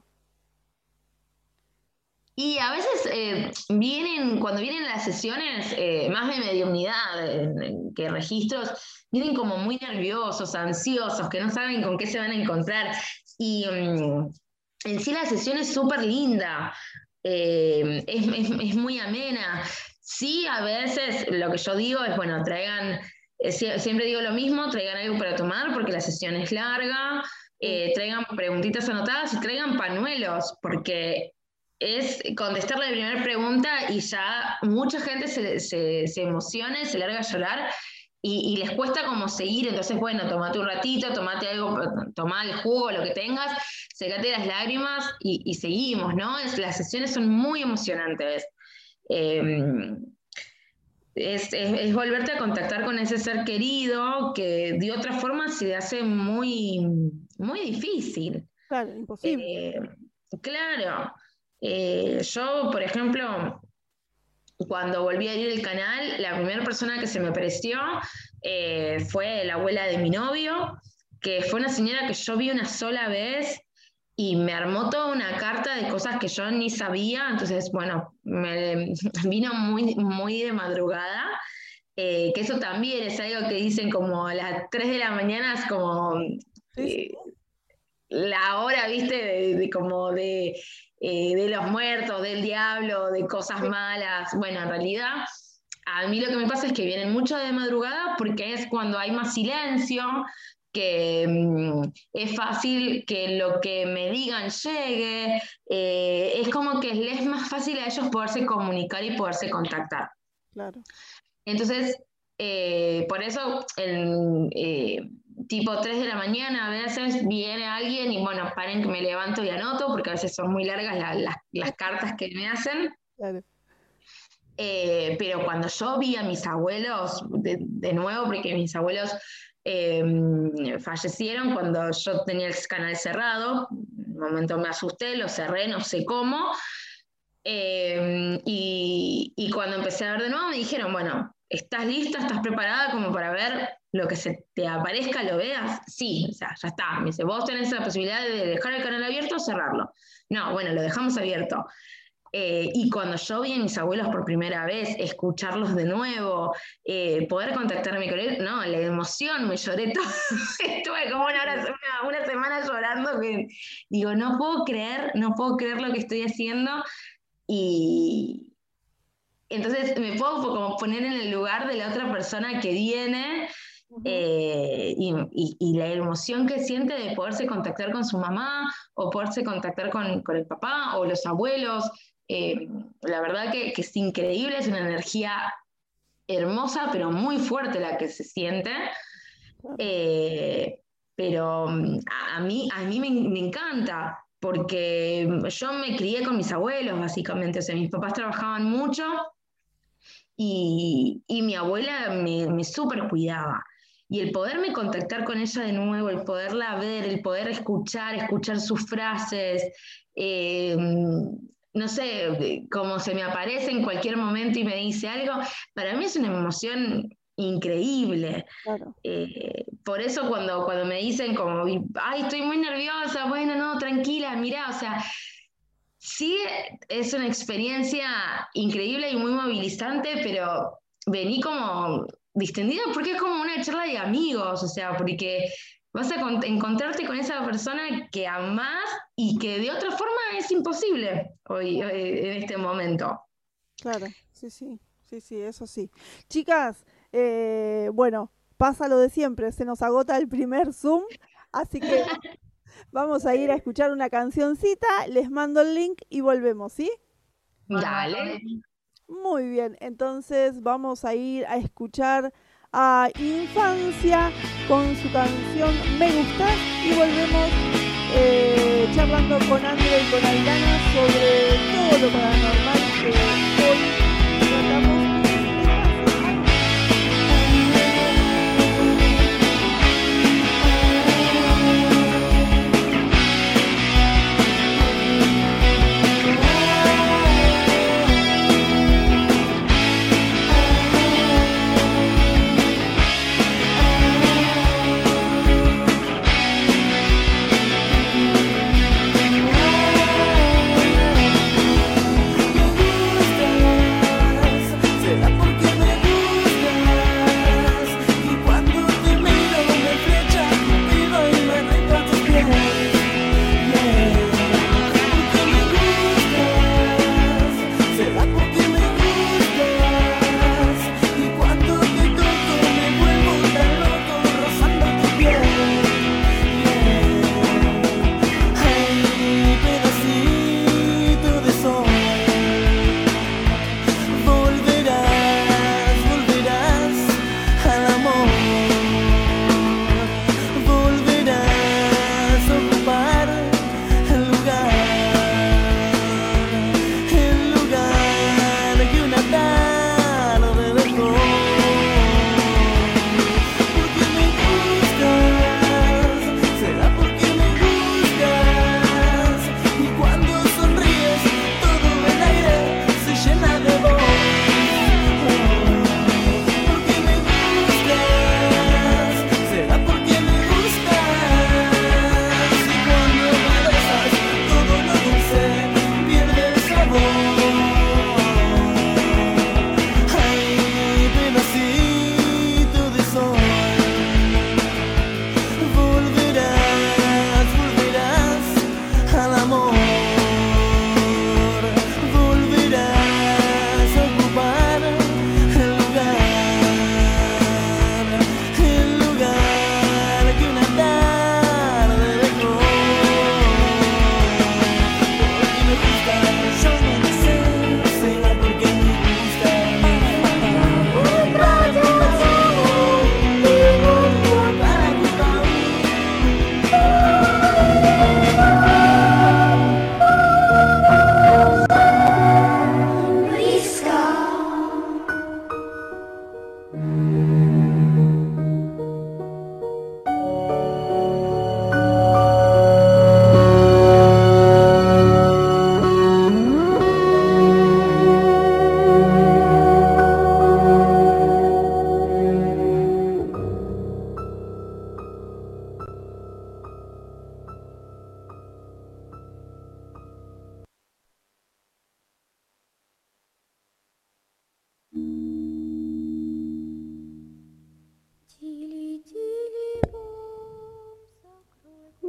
Y a veces eh, vienen, cuando vienen las sesiones, eh, más de mediunidad eh, que registros, vienen como muy nerviosos, ansiosos, que no saben con qué se van a encontrar. Y mm, en sí la sesión es súper linda, eh, es, es, es muy amena. Sí, a veces lo que yo digo es, bueno, traigan, eh, sie- siempre digo lo mismo, traigan algo para tomar porque la sesión es larga, eh, traigan preguntitas anotadas y traigan pañuelos, porque es contestar la primera pregunta y ya mucha gente se, se, se emociona y se larga a llorar y, y les cuesta como seguir. Entonces, bueno, tomate un ratito, tomate algo, tomá el jugo, lo que tengas, secate las lágrimas y, y seguimos, ¿no? Es, las sesiones son muy emocionantes. Eh, es, es, es volverte a contactar con ese ser querido que de otra forma se hace muy, muy difícil. Claro, imposible. Eh, claro. Eh, yo, por ejemplo, cuando volví a ir al canal, la primera persona que se me apareció eh, fue la abuela de mi novio, que fue una señora que yo vi una sola vez y me armó toda una carta de cosas que yo ni sabía. Entonces, bueno, me vino muy, muy de madrugada. Eh, que eso también es algo que dicen como a las tres de la mañana, es como Sí, eh, la hora, viste, de, de como de, eh, de los muertos, del diablo, de cosas malas. Bueno, en realidad, a mí lo que me pasa es que vienen mucho de madrugada porque es cuando hay más silencio, que mm, es fácil que lo que me digan llegue, eh, es como que les es más fácil a ellos poderse comunicar y poderse contactar. claro. Entonces, eh, por eso, el, eh, tipo tres de la mañana a veces viene alguien y bueno, paren que me levanto y anoto, porque a veces son muy largas la- las, las cartas que me hacen. Claro. Eh, pero cuando yo vi a mis abuelos, de, de nuevo, porque mis abuelos eh, fallecieron cuando yo tenía el canal cerrado, en un momento me asusté, lo cerré, no sé cómo, eh, y, y cuando empecé a ver de nuevo me dijeron, bueno, ¿estás lista? ¿Estás preparada como para ver lo que se te aparezca, lo veas? Sí, o sea, ya está. Me dice, vos tenés la posibilidad de dejar el canal abierto o cerrarlo. No, bueno, lo dejamos abierto. Eh, y cuando yo vi a mis abuelos por primera vez, escucharlos de nuevo, eh, poder contactarme con él, no, la emoción, me lloré todo. Estuve como una, hora, una, una semana llorando que digo, no puedo creer, no puedo creer lo que estoy haciendo. Y entonces me puedo como poner en el lugar de la otra persona que viene. Ujú. Eh, y, y, y la emoción que siente de poderse contactar con su mamá o poderse contactar con, con el papá o los abuelos. Eh, la verdad que, que es increíble, es una energía hermosa, pero muy fuerte la que se siente. Eh, pero a, a mí, a mí me, me encanta, porque yo me crié con mis abuelos, básicamente. O sea, mis papás trabajaban mucho y, y mi abuela me, me súper cuidaba. Y el poderme contactar con ella de nuevo, el poderla ver, el poder escuchar, escuchar sus frases, eh, no sé, como se me aparece en cualquier momento y me dice algo, para mí es una emoción increíble. Claro. Eh, por eso cuando, cuando me dicen como, ay, estoy muy nerviosa, bueno, no, tranquila, mirá, o sea, sí es una experiencia increíble y muy movilizante, pero vení como distendida porque es como una charla de amigos, o sea, porque vas a con- encontrarte con esa persona que amás y que de otra forma es imposible hoy, hoy, en este momento. Claro, sí, sí, sí, sí, eso sí. Chicas, eh, bueno, pasa lo de siempre, se nos agota el primer Zoom, así que vamos a ir a escuchar una cancioncita, les mando el link y volvemos, ¿sí? Dale. Muy bien, entonces vamos a ir a escuchar a Infancia con su canción Me Gustas y volvemos eh, charlando con Andrea y con Ailana sobre todo lo paranormal que hoy tratamos.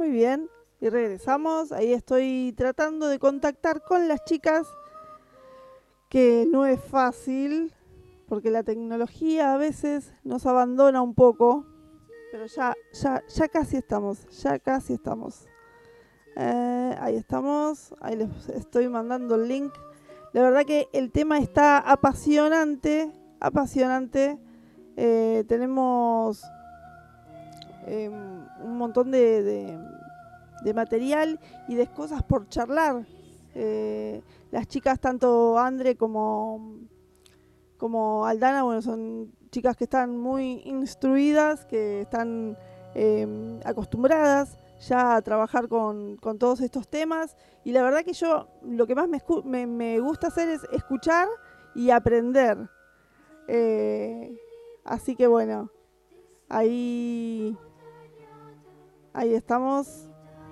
Muy bien. Y regresamos. Ahí estoy tratando de contactar con las chicas, que no es fácil, porque la tecnología a veces nos abandona un poco. Pero ya, ya, ya casi estamos. Ya casi estamos. Eh, ahí estamos. Ahí les estoy mandando el link. La verdad que el tema está apasionante. Apasionante. Eh, tenemos eh, un montón de, de, de material y de cosas por charlar. Eh, las chicas, tanto Andre como, como Aldana, bueno, son chicas que están muy instruidas, que están eh, acostumbradas ya a trabajar con, con todos estos temas. Y la verdad que yo lo que más me, me, me gusta hacer es escuchar y aprender. Eh, así que bueno, ahí, ahí estamos.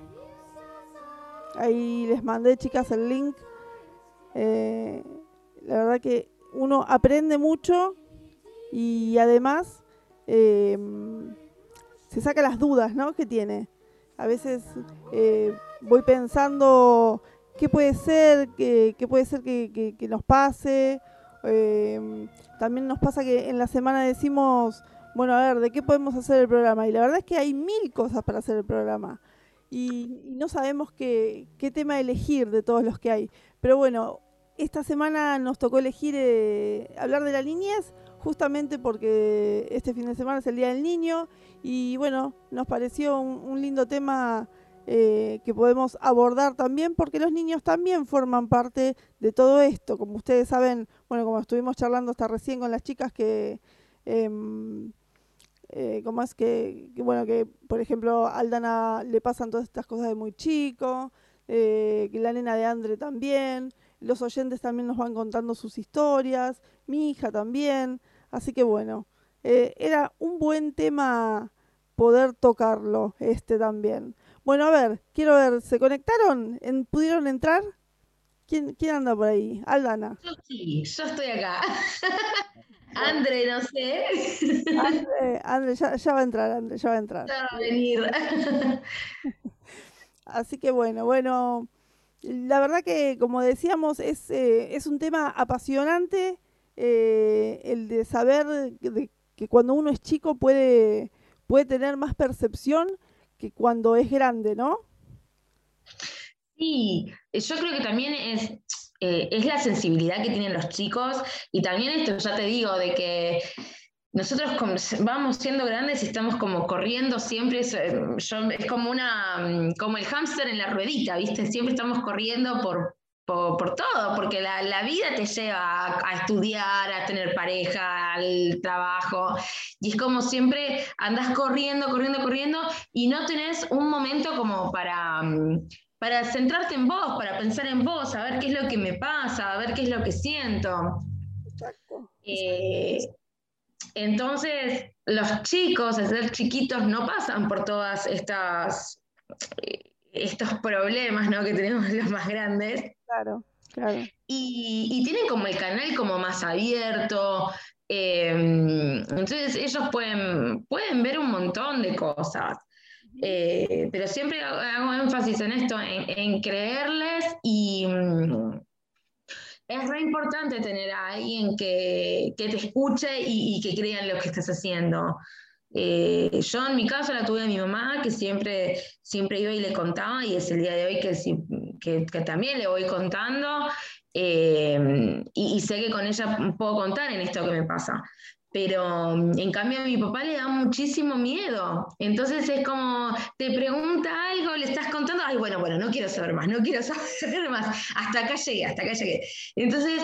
Ahí les mandé, chicas, el link. Eh, la verdad que uno aprende mucho y además eh, se saca las dudas, ¿no?, que tiene. A veces eh, voy pensando qué puede ser, qué, qué puede ser que, que, que nos pase. Eh, también nos pasa que en la semana decimos, bueno, a ver, ¿de qué podemos hacer el programa? Y la verdad es que hay mil cosas para hacer el programa. Y, y no sabemos qué, qué tema elegir de todos los que hay. Pero bueno, esta semana nos tocó elegir eh, hablar de la niñez, justamente porque este fin de semana es el Día del Niño. Y bueno, nos pareció un, un lindo tema eh, que podemos abordar también, porque los niños también forman parte de todo esto. Como ustedes saben, bueno, como estuvimos charlando hasta recién con las chicas, que... Eh, Eh, como es que, que, bueno, que por ejemplo a Aldana le pasan todas estas cosas de muy chico, eh, que la nena de Andre también, los oyentes también nos van contando sus historias, mi hija también, así que bueno, eh, era un buen tema poder tocarlo, este también. Bueno, a ver, quiero ver, ¿se conectaron? ¿En, ¿Pudieron entrar? ¿Quién, ¿Quién anda por ahí? Aldana. Yo sí, yo estoy acá. Andre, no sé. Andre, Andre ya, ya va a entrar, Andre, ya va a entrar. Ya va a venir. Así que bueno, bueno, la verdad que como decíamos es, eh, es un tema apasionante, eh, el de saber de, que cuando uno es chico puede, puede tener más percepción que cuando es grande, ¿no? Sí, yo creo que también es, eh, es la sensibilidad que tienen los chicos, y también esto, ya te digo, de que nosotros como vamos siendo grandes y estamos como corriendo siempre, es, yo, es como, una, como el hámster en la ruedita, ¿viste? Siempre estamos corriendo por, por, por todo, porque la, la vida te lleva a, a estudiar, a tener pareja, al trabajo, y es como siempre andás corriendo, corriendo, corriendo, y no tenés un momento como para... para centrarte en vos, para pensar en vos, a ver qué es lo que me pasa, a ver qué es lo que siento. Exacto. Eh, entonces, los chicos, al ser chiquitos, no pasan por todas estas eh, estos problemas, ¿no?, que tenemos los más grandes. Claro, claro. Y, y tienen como el canal como más abierto. Eh, entonces ellos pueden, pueden ver un montón de cosas. Eh, pero siempre hago énfasis en esto, en, en creerles, y mm, es re importante tener a alguien que, que te escuche y, y que crea en lo que estás haciendo. Eh, yo en mi caso la tuve a mi mamá, que siempre, siempre iba y le contaba, y es el día de hoy que, que, que también le voy contando, eh, y, y sé que con ella puedo contar en esto que me pasa. Pero en cambio a mi papá le da muchísimo miedo. Entonces es como, te pregunta algo, le estás contando, ay, bueno, bueno, no quiero saber más, no quiero saber más. Hasta acá llegué, hasta acá llegué. Entonces,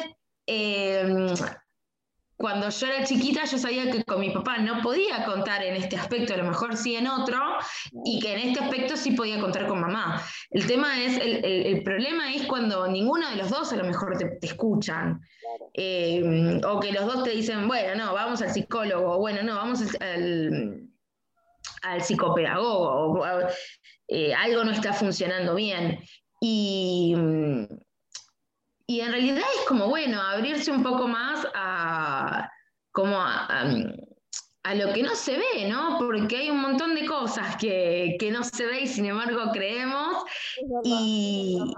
eh, cuando yo era chiquita, yo sabía que con mi papá no podía contar en este aspecto, a lo mejor sí en otro, y que en este aspecto sí podía contar con mamá. El tema es, el, el, el problema es cuando ninguno de los dos a lo mejor te, te escuchan. Eh, o que los dos te dicen, bueno, no, vamos al psicólogo, o bueno, no, vamos al, al, al psicopedagogo, o, eh, algo no está funcionando bien. Y, y en realidad es como, bueno, abrirse un poco más a, como a, a, a lo que no se ve, ¿no? Porque hay un montón de cosas que, que no se ve y sin embargo creemos. Es verdad. Y,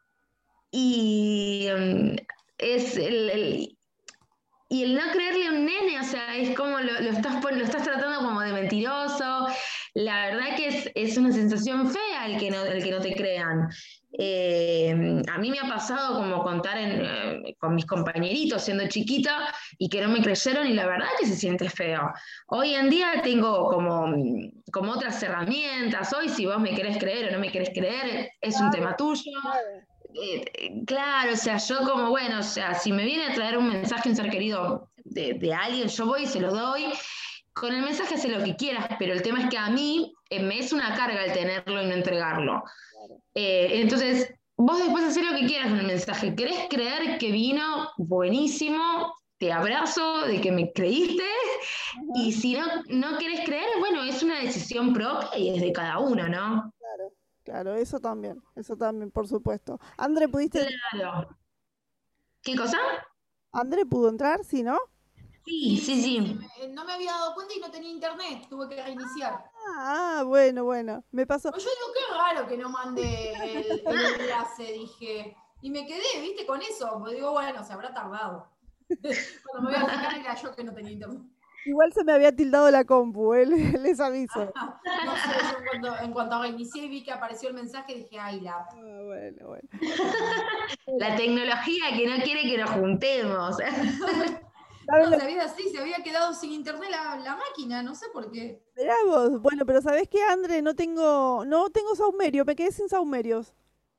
y um, es el, el- y el no creerle a un nene, o sea, es como lo, lo estás, pon- lo estás tratando como de mentiroso. La verdad que es, es una sensación fea el que no, el que no te crean. Eh, a mí me ha pasado como contar en, eh, con mis compañeritos siendo chiquita y que no me creyeron y la verdad que se siente feo. Hoy en día tengo como, como otras herramientas. Hoy si vos me querés creer o no me querés creer, es un tema tuyo. Eh, eh, claro, o sea, yo como, bueno, o sea, si me viene a traer un mensaje un ser querido de, de alguien, yo voy y se lo doy. Con el mensaje hace lo que quieras, pero el tema es que a mí eh, me es una carga el tenerlo y no entregarlo. Eh, entonces, vos después haces lo que quieras con el mensaje. ¿Querés creer que vino? Buenísimo, te abrazo de que me creíste. Y si no, no querés creer, bueno, es una decisión propia y es de cada uno, ¿no? Claro, claro, eso también, eso también, por supuesto. André, ¿pudiste, Claro. ¿Qué cosa? André pudo entrar? Sí, ¿no? Sí, sí, sí. me- no me había dado cuenta y no tenía internet, tuve que reiniciar. Ah, bueno, bueno, me pasó. Pues yo digo, qué raro que no mande el, el enlace, dije. Y me quedé, viste, con eso. Pues digo, bueno, se habrá tardado. Cuando me voy a fijar era yo que no tenía internet. Igual se me había tildado la compu, eh, les les aviso. No sé, yo en cuanto, en cuanto reinicié y vi que apareció el mensaje, dije, ay, la... Ah, bueno, bueno. La tecnología que no quiere que nos juntemos. ¿Saben No, lo se había, sí, se había quedado sin internet la, la máquina, no sé por qué. Mirá vos? Bueno, pero ¿sabés qué, André? No tengo, no tengo saumerio, me quedé sin saumerios.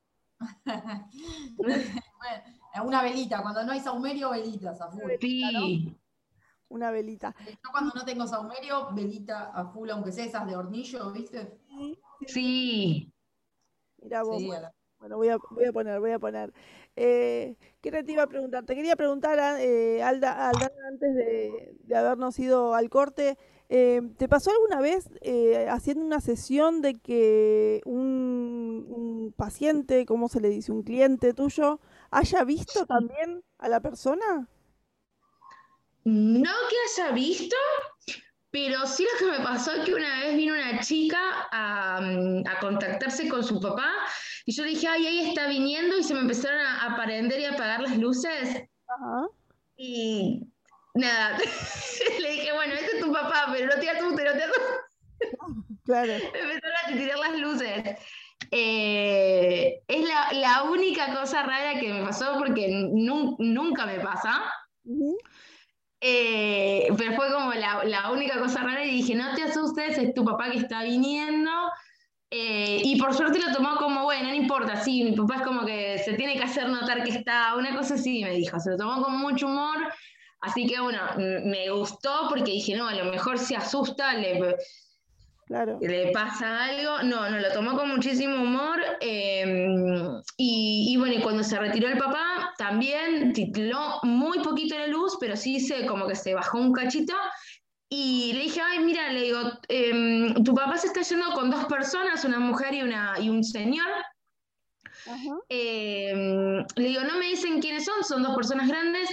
Bueno, una velita, cuando no hay saumerio, velitas a full. Sí, Una velita. Yo cuando no tengo saumerio, velita a full, aunque sea esas de hornillo, ¿viste? Sí, sí, sí. sí. Mirá vos. Sí, a la- Bueno, voy a, voy a poner, voy a poner. Eh, ¿qué te iba a preguntar? Te quería preguntar, a- eh, Alda, Alda, antes de, de habernos ido al corte, eh, ¿te pasó alguna vez eh, haciendo una sesión de que un, un paciente, ¿cómo se le dice? Un cliente tuyo, haya visto también a la persona? No que haya visto, pero sí lo que me pasó es que una vez vino una chica a, mm, a contactarse con su papá y yo dije, ay, ahí está viniendo y se me empezaron a, a prender y a apagar las luces Ajá, y nada, le dije, bueno, ese es tu papá, pero no te asustes, no te asustes. claro. Me empezaron a tirar las luces. Eh, es la, la única cosa rara que me pasó porque nu- nunca me pasa. Ujú. Eh, pero fue como la, la única cosa rara y dije, no te asustes, es tu papá que está viniendo. Eh, y por suerte lo tomó como, bueno, no importa, sí, mi papá es como que se tiene que hacer notar que está, una cosa así, me dijo, se lo tomó con mucho humor. Así que bueno, m- me gustó porque dije, no, a lo mejor se asusta, le, Claro. le pasa algo. No, no, lo tomó con muchísimo humor. eh, y, y bueno, y cuando se retiró el papá, también titiló muy poquito la luz, pero sí se, como que se bajó un cachito. Y le dije, ay, mira, le digo, em, tu papá se está yendo con dos personas, una mujer y, una, y un señor. Ajá. Em, le digo, no me dicen quiénes son, son dos personas grandes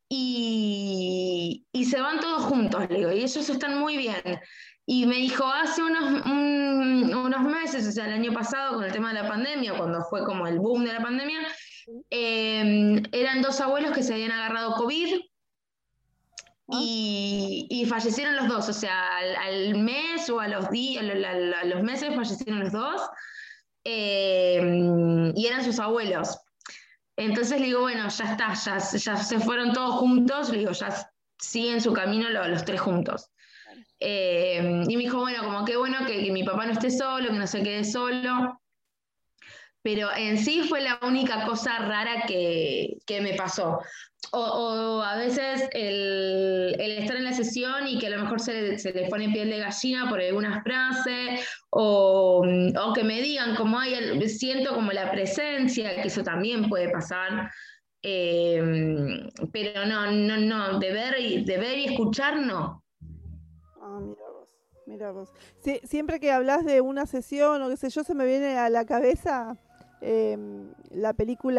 y, y se van todos juntos, le digo, y ellos están muy bien. Y me dijo, hace unos, un- unos meses, o sea, el año pasado, con el tema de la pandemia, cuando fue como el boom de la pandemia, em, eran dos abuelos que se habían agarrado COVID Ah, y, y fallecieron los dos, o sea, al, al mes o a los días, a, a los meses fallecieron los dos, eh, y eran sus abuelos. Entonces le digo, bueno, ya está, ya, ya se fueron todos juntos, le digo, ya siguen su camino lo- los tres juntos. Eh, y me dijo, bueno, como qué bueno que, que mi papá no esté solo, que no se quede solo. Pero en sí fue la única cosa rara que, que me pasó. O, o a veces el, el estar en la sesión y que a lo mejor se, le- se le pone piel de gallina por alguna frase, o, o que me digan como hay, siento como la presencia, que eso también puede pasar. Eh, pero no, no, no, de ver y, de ver y escuchar no. ah, mira vos, mira vos. Sí, siempre que hablas de una sesión o qué sé yo, se me viene a la cabeza em, la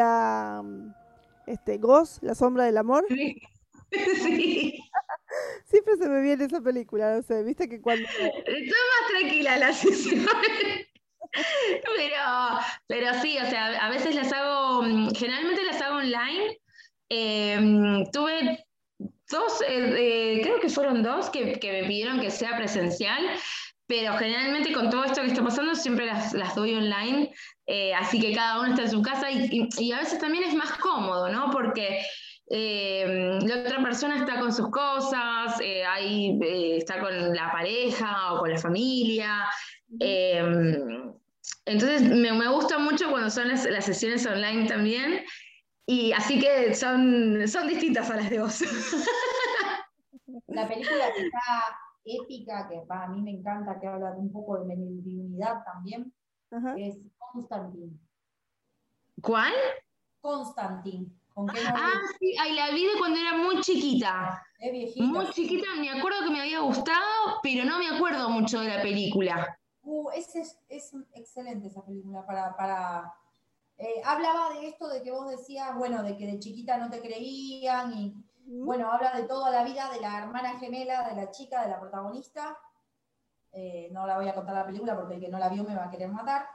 película este, Ghost, La sombra del amor. Sí. Sí. Sí, siempre se me viene esa película, no sé, viste que cuando... Estoy más tranquila la sesión. Pero, pero sí, o sea, a veces las hago, mm, generalmente las hago online. Eh, mm, tuve dos, eh, eh, creo que fueron dos que, que me pidieron que sea presencial, pero generalmente con todo esto que está pasando siempre las, las doy online, eh, así que cada uno está en su casa y, y, y a veces también es más cómodo, ¿no? Porque eh, la otra persona está con sus cosas, eh, ahí eh, está con la pareja o con la familia. eh, entonces me, me gusta mucho cuando son las, las sesiones online también, y así que son, son distintas a las de vos. La película que está épica, que para mí me encanta, que habla un poco de mediunidad también, Ajá. es Constantine. ¿Cuál? Constantine. ¿Con qué Ah, nombre? sí, ahí la vi de cuando era muy chiquita. Es viejita. Muy sí. chiquita, me acuerdo que me había gustado, pero no me acuerdo mucho de la película. Uh, es, es, es excelente esa película para... para eh, hablaba de esto de que vos decías, bueno, de que de chiquita no te creían y, Ujú. bueno, habla de toda la vida de la hermana gemela de la chica, de la protagonista. Eh, no la voy a contar la película porque el que no la vio me va a querer matar,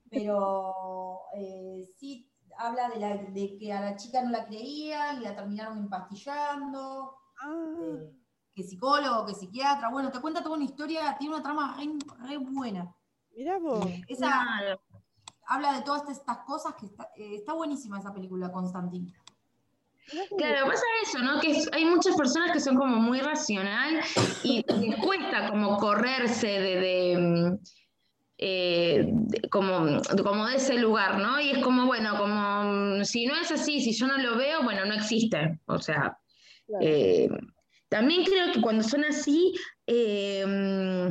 pero eh, sí habla de, la, de que a la chica no la creían y la terminaron empastillando. Ah, Eh, que psicólogo, que psiquiatra, bueno, te cuenta toda una historia, tiene una trama re, re buena. mirá vos. Eh, esa Claro. habla de todas estas cosas que está, eh, está buenísima esa película, Constantine. Mirá vos. Claro, pasa eso, ¿no? Que es- hay muchas personas que son como muy racional y les cuesta como correrse de, de, mm, eh, de- como, como de ese lugar, ¿no? Y es como, bueno, como mm, si no es así, si yo no lo veo, bueno, no existe. O sea, Claro. eh, también creo que cuando son así, eh, mm,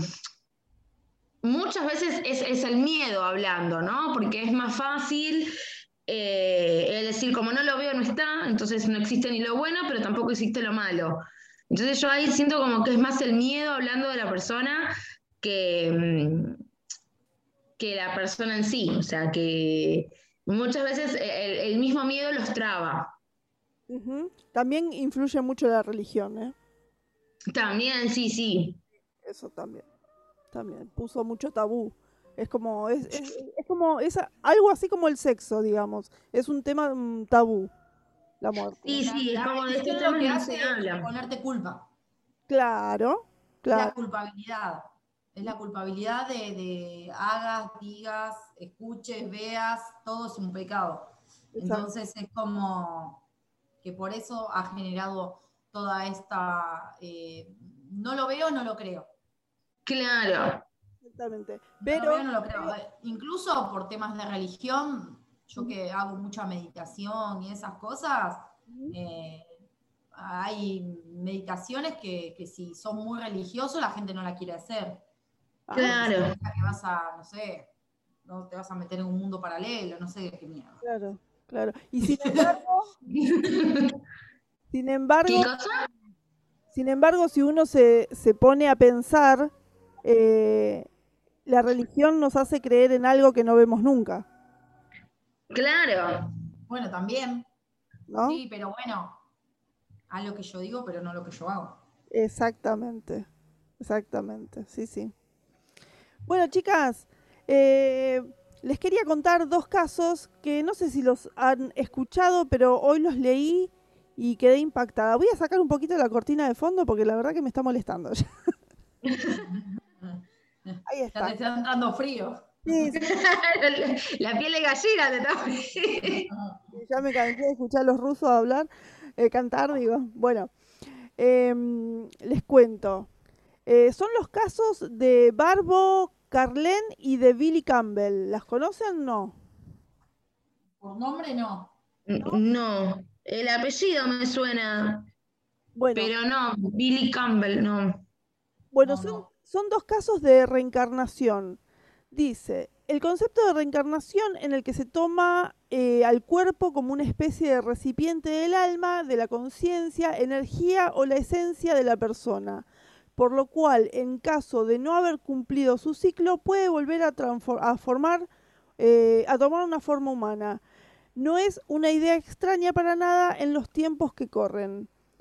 muchas veces es, es el miedo hablando, ¿no? Porque es más fácil eh, es decir, como no lo veo, no está, entonces no existe ni lo bueno, pero tampoco existe lo malo. Entonces yo ahí siento como que es más el miedo hablando de la persona que, mm, que la persona en sí. O sea, que muchas veces el, el mismo miedo los traba. Ujú. También influye mucho la religión, ¿eh? También, sí, sí. Eso también. También. Puso mucho tabú. Es como, es, es, es como, es a- algo así como el sexo, digamos. Es un tema mm, tabú, la muerte. Sí, La, sí, es la como de estos religión lo temas que no hace se es habla. ponerte culpa. Claro, Es la claro. culpabilidad. Es la culpabilidad de, de hagas, digas, escuches, veas, todo es un pecado. Exacto. Entonces es como que por eso ha generado toda esta... eh, no lo veo, no lo creo. Claro. Exactamente. No lo Pero, veo, no lo creo. Eh, Incluso por temas de religión, yo que hago mucha meditación y esas cosas, ujú, eh, hay meditaciones que, que si son muy religiosos la gente no la quiere hacer. ah, Claro. Piensa que vas a, no sé, no te vas a meter en un mundo paralelo, no sé qué mierda. claro, claro. Y sin embargo, sin ¿Qué embargo, cosa? sin embargo, si uno se, se pone a pensar, eh, la religión nos hace creer en algo que no vemos nunca, Claro. Bueno, también, ¿no? sí, pero bueno, haz lo que yo digo, pero no lo que yo hago. Exactamente, exactamente, sí, sí. Bueno, chicas, eh, les quería contar dos casos que no sé si los han escuchado, pero hoy los leí y quedé impactada. Voy a sacar un poquito la cortina de fondo porque la verdad que me está molestando ya. Ahí Ya está. te está entrando frío. Sí, sí, La piel de gallina te está. sí, ya me cansé de escuchar a los rusos hablar, eh, cantar, digo. Bueno, em, les cuento. Eh, son los casos de Barbo Carlén y de Billy Campbell. ¿Las conocen? No. Por nombre no. No, el apellido me suena, Bueno, pero no, Billy Campbell, no. bueno, No, son, no. son dos casos de reencarnación. Dice, el concepto de reencarnación en el que se toma eh, al cuerpo como una especie de recipiente del alma, de la conciencia, energía o la esencia de la persona, por lo cual, en caso de no haber cumplido su ciclo, puede volver a, transfor- a formar, eh, a tomar una forma humana. No es una idea extraña para nada en los tiempos que corren.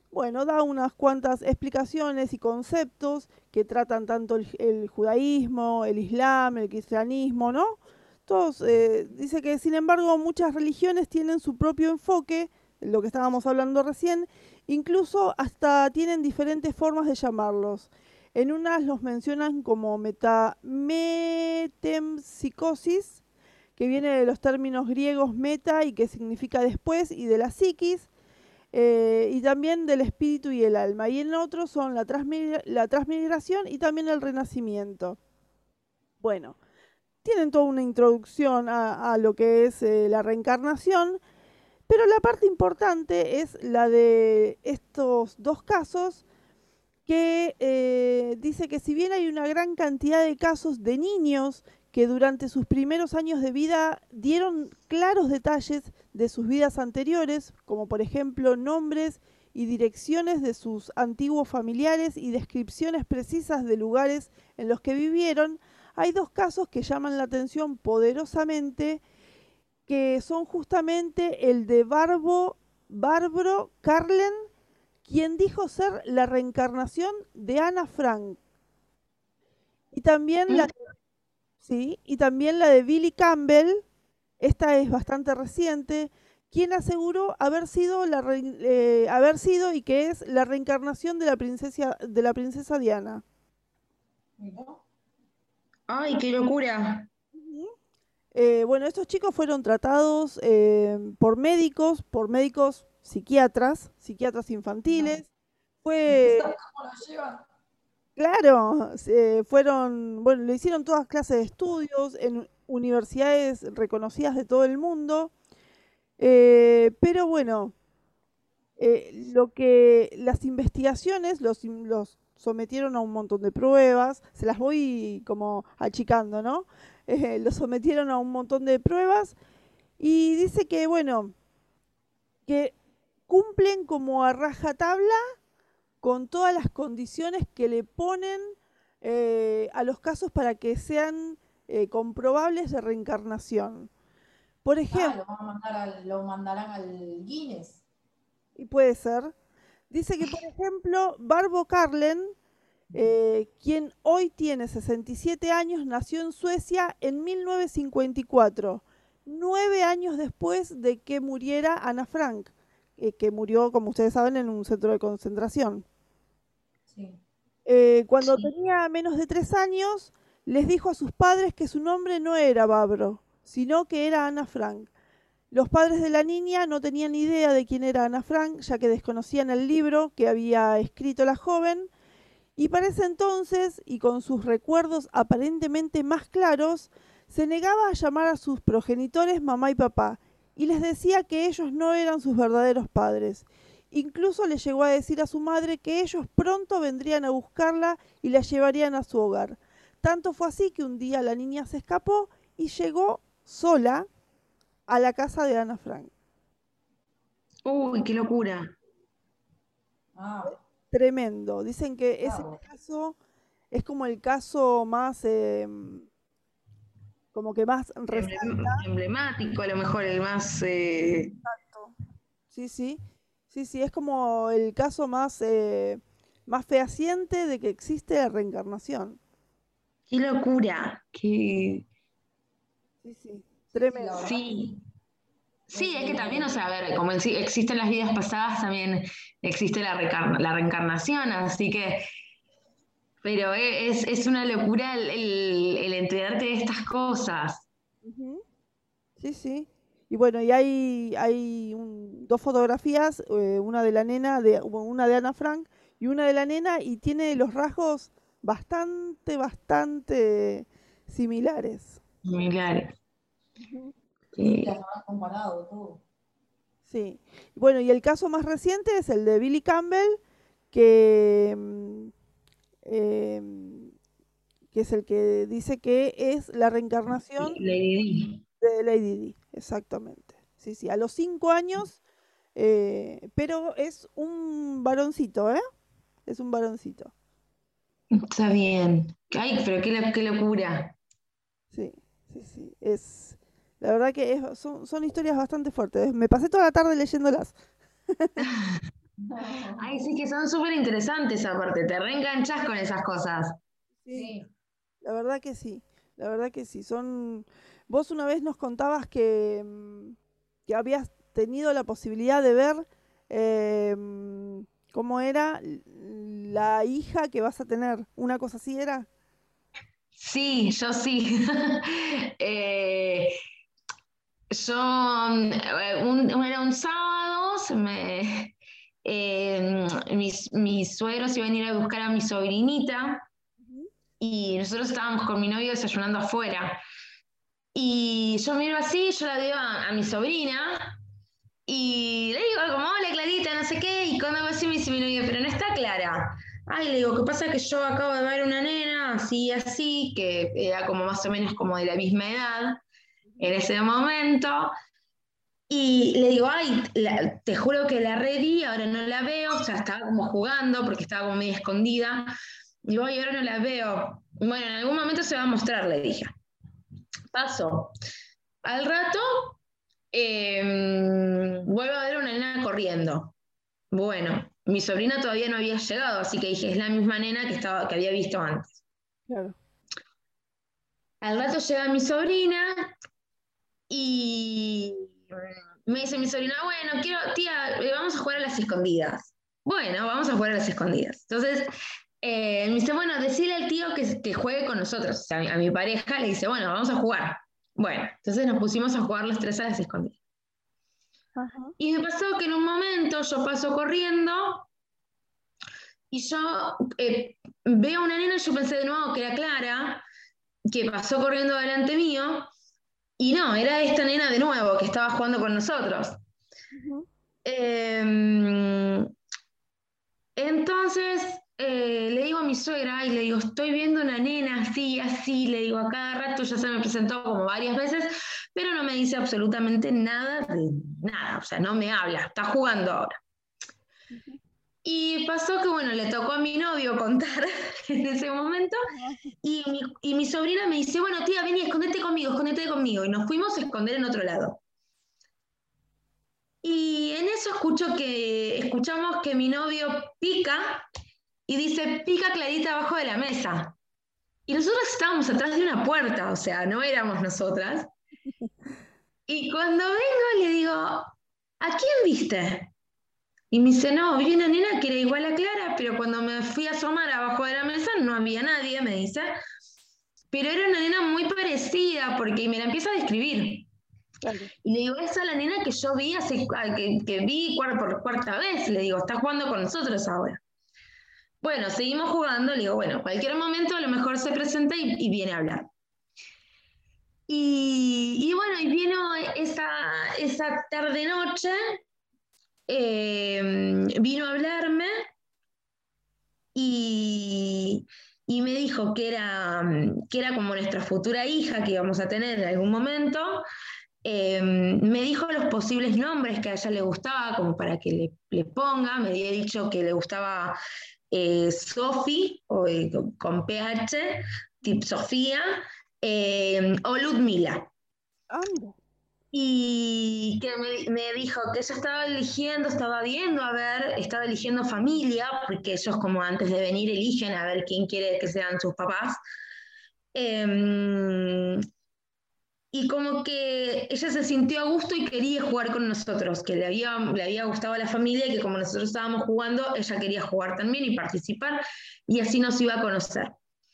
bueno, da unas cuantas explicaciones y conceptos que tratan tanto el, el judaísmo, el islam, el cristianismo, ¿no? Todos, eh, dice que sin embargo muchas religiones tienen su propio enfoque, lo que estábamos hablando recién, incluso hasta tienen diferentes formas de llamarlos. En unas los mencionan como meta, metempsicosis, que viene de los términos griegos meta y que significa después, y de la psiquis, eh, y también del espíritu y el alma. Y en otros son la, transmigra la transmigración y también el renacimiento. Bueno, tienen toda una introducción a, a lo que es eh, la reencarnación, pero la parte importante es la de estos dos casos que eh, dice que si bien hay una gran cantidad de casos de niños que durante sus primeros años de vida dieron claros detalles de sus vidas anteriores, como por ejemplo nombres y direcciones de sus antiguos familiares y descripciones precisas de lugares en los que vivieron, hay dos casos que llaman la atención poderosamente, que son justamente el de Barbo, Barbro Carlen, quien dijo ser la reencarnación de Ana Frank, y también la, sí, y también la de Billy Campbell, esta es bastante reciente, quien aseguró haber sido, la re, eh, haber sido y que es la reencarnación de la princesa, de la princesa Diana. ¡Ay, qué locura! Eh, bueno, estos chicos fueron tratados eh, por médicos, por médicos psiquiatras, psiquiatras infantiles. Fue, ¿Cómo lo llevan? claro, eh, fueron, bueno, le hicieron todas clases de estudios en universidades reconocidas de todo el mundo. Eh, pero bueno, eh, lo que las investigaciones los, los sometieron a un montón de pruebas, se las voy como achicando, ¿no? Eh, los sometieron a un montón de pruebas y dice que, bueno, que cumplen como a rajatabla con todas las condiciones que le ponen eh, a los casos para que sean eh, comprobables de reencarnación. Por ejemplo, Ah, lo, van a mandar al- lo mandarán al Guinness. y puede ser, dice que, por ejemplo, Barbo Carlen, eh, quien hoy tiene sesenta y siete años, nació en Suecia en mil novecientos cincuenta y cuatro, nueve años después de que muriera Ana Frank, eh, que murió, como ustedes saben, en un centro de concentración. Sí. Eh, cuando Sí. tenía menos de tres años, les dijo a sus padres que su nombre no era Barbro, sino que era Ana Frank. Los padres de la niña no tenían idea de quién era Ana Frank, ya que desconocían el libro que había escrito la joven, y para ese entonces, y con sus recuerdos aparentemente más claros, se negaba a llamar a sus progenitores mamá y papá, y les decía que ellos no eran sus verdaderos padres. Incluso le llegó a decir a su madre que ellos pronto vendrían a buscarla y la llevarían a su hogar. Tanto fue así que un día la niña se escapó y llegó sola a la casa de Ana Frank. ¡Uy, qué locura! Ah, Tremendo. Dicen que ese bravo. caso es como el caso más, eh, como que más resalta. Emblem- emblemático, a lo mejor el más... eh, Sí, sí, sí, sí, es como el caso más, eh, más fehaciente de que existe la reencarnación. ¡Qué locura! ¡Qué... Sí, sí, Sí, tremendo. la verdad. Sí! Sí, es que Sí. también, o sea, a ver, como exi- existen las vidas pasadas, también existe la, recar- la reencarnación, así que, pero e- es, es una locura el, el, el enterarte de estas cosas. Ujú. Sí, sí. Y bueno, y hay, hay un- dos fotografías, eh, una de la nena, de, una de Ana Frank y una de la nena, y tiene los rasgos bastante, bastante similares. Similares. Ujú. Sí, Sí. las habrán comparado todo. Sí. Bueno, y el caso más reciente es el de Billy Campbell, que, mm, em, que es el que dice que es la reencarnación Lady Di. de Lady Di, exactamente. Sí, sí, a los cinco años, eh, pero es un varoncito, ¿eh? Es un varoncito. Está bien. Ay, pero qué, lo- qué locura. Sí, sí, sí. Es, la verdad que es- son, son historias bastante fuertes. Me pasé toda la tarde leyéndolas. Ay, sí, que son súper interesantes aparte, te reenganchás con esas cosas. Sí, Sí. la verdad que sí, la verdad que sí. Son. Vos una vez nos contabas que, mm, que habías tenido la posibilidad de ver eh, mm, cómo era l- la hija que vas a tener. Una cosa así era. Sí, yo sí. Eh, yo, mm, eh, un- un- era un sábado, se me, eh, mis, mis suegros iban a ir a buscar a mi sobrinita Ujú. y nosotros estábamos con mi novio desayunando afuera. Y yo miro así, yo la veo a, a mi sobrina y le digo como, hola Clarita, no sé qué, y cuando me así me dice mi novio, pero no está Clara. Ay, le digo, ¿qué pasa? Que yo acabo de ver una nena así, así, que era como más o menos como de la misma edad en ese momento. Y le digo, ay, la- te juro que la reví, ahora no la veo, o sea, estaba como jugando porque estaba como medio escondida. Digo, ay, ahora no la veo. Bueno, en algún momento se va a mostrar, le dije. Pasó. Al rato, eh, vuelvo a ver una nena corriendo. Bueno, mi sobrina todavía no había llegado, así que dije, es la misma nena que, estaba, que había visto antes. Claro. Al rato llega mi sobrina y me dice mi sobrina, bueno, quiero, tía, eh, vamos a jugar a las escondidas. Bueno, vamos a jugar a las escondidas. Entonces, eh, me dice, bueno, decirle al tío que, que juegue con nosotros. O sea, a mi, a mi pareja le dice, bueno, vamos a jugar. Bueno, entonces nos pusimos a jugar los tres a las escondidas. Ajá. Y me pasó que en un momento yo paso corriendo y yo eh, veo una nena y yo pensé de nuevo que era Clara, que pasó corriendo delante mío, y no, era esta nena de nuevo que estaba jugando con nosotros. Ujú. Eh, entonces eh, le digo a mi suegra y le digo, estoy viendo una nena así, así, le digo, a cada rato ya se me presentó como varias veces, pero no me dice absolutamente nada de nada, o sea, no me habla, está jugando ahora. Ujú. Y pasó que, bueno, le tocó a mi novio contar en ese momento Ajá. y mi, y mi sobrina me dice, bueno, tía, vení, escondete conmigo, escondete conmigo. Y nos fuimos a esconder en otro lado. Y en eso escucho que, escuchamos que mi novio pica y dice, pica Clarita abajo de la mesa. Y nosotros estábamos atrás de una puerta, o sea, no éramos nosotras. Y cuando vengo le digo, ¿a quién viste? Y me dice, no, vi una nena que era igual a Clara, pero cuando me fui a asomar abajo de la mesa no había nadie, me dice. Pero era una nena muy parecida, porque me la empieza a describir. Claro. Y le digo, esa es la nena que yo vi hace, que, que vi por cuarta vez. Le digo, está jugando con nosotros ahora. Bueno, seguimos jugando. Le digo, bueno, cualquier momento a lo mejor se presenta y, y viene a hablar. Y, y bueno, y vino esa, esa tarde-noche, eh, vino a hablarme y, y me dijo que era, que era como nuestra futura hija que íbamos a tener en algún momento. Eh, me dijo los posibles nombres que a ella le gustaba, como para que le, le ponga. Me había dicho que le gustaba eh, Sophie, o, eh, con P H, tipo Sofía, eh, o Ludmila. Anda. Y que me, me dijo que ella estaba eligiendo, estaba viendo, a ver, estaba eligiendo familia, porque ellos como antes de venir eligen a ver quién quiere que sean sus papás. Eh, y como que ella se sintió a gusto y quería jugar con nosotros, que le había, le había gustado a la familia y que como nosotros estábamos jugando, ella quería jugar también y participar, y así nos iba a conocer.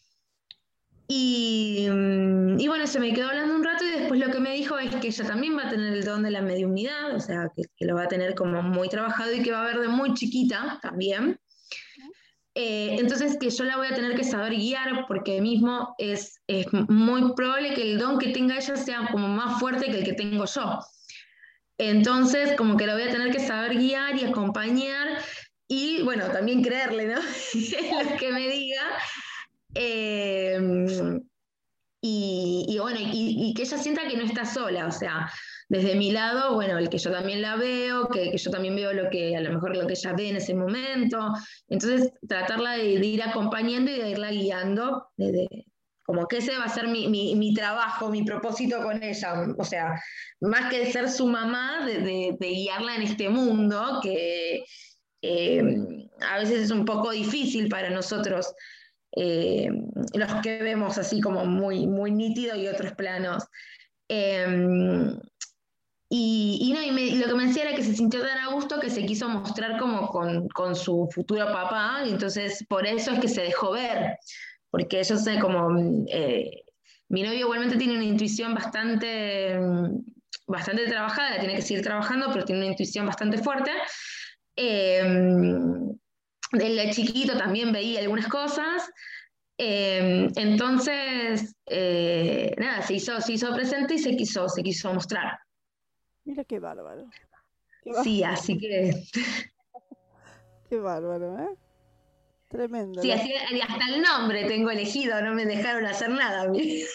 Y, mm, y bueno, se me quedó hablando un rato y después lo que me dijo es que ella también va a tener el don de la mediunidad, o sea, que, que lo va a tener como muy trabajado y que va a ver de muy chiquita también. Eh, entonces que yo la voy a tener que saber guiar porque mismo es, es muy probable que el don que tenga ella sea como más fuerte que el que tengo yo. Entonces como que la voy a tener que saber guiar y acompañar y bueno, también creerle, ¿no? Lo que me diga. Eh, y, y bueno, y, y que ella sienta que no está sola, o sea, desde mi lado, bueno, el que yo también la veo, que, que yo también veo lo que a lo mejor lo que ella ve en ese momento, entonces tratarla de, de ir acompañando y de irla guiando, de, de- como que ese va a ser mi, mi, mi trabajo, mi propósito con ella, o sea, más que de ser su mamá, de, de- de guiarla en este mundo, que, eh, a veces es un poco difícil para nosotros, eh, los que vemos así como muy, muy nítido y otros planos. Eh, y, y, no, y, me, y lo que me decía era que se sintió tan a gusto que se quiso mostrar como con, con su futuro papá, y entonces por eso es que se dejó ver, porque yo sé como, eh, mi novio igualmente tiene una intuición bastante, bastante trabajada, la tiene que seguir trabajando, pero tiene una intuición bastante fuerte. Eh, el chiquito también veía algunas cosas, eh, entonces, eh, nada, se hizo, se hizo presente y se quiso, se quiso mostrar. Mira qué bárbaro. Qué Sí, así que... Qué bárbaro, ¿eh? Tremendo. Sí, la... así, hasta el nombre tengo elegido, no me dejaron hacer nada.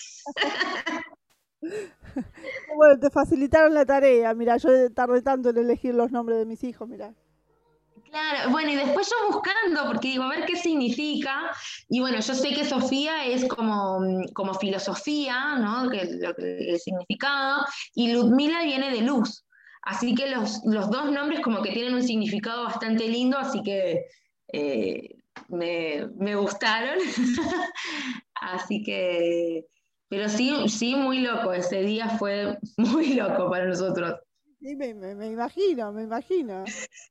Bueno, te facilitaron la tarea. Mira, yo tardé tanto en elegir los nombres de mis hijos, mira. Claro, bueno, y después yo buscando, porque digo, a ver qué significa, y bueno, yo sé que Sofía es como, como filosofía, ¿no? Que, lo, el significado, y Ludmila viene de luz, así que los, los dos nombres como que tienen un significado bastante lindo, así que eh, me, me gustaron, así que, pero sí, sí, muy loco, ese día fue muy loco para nosotros. Sí, me, me, me imagino, me imagino.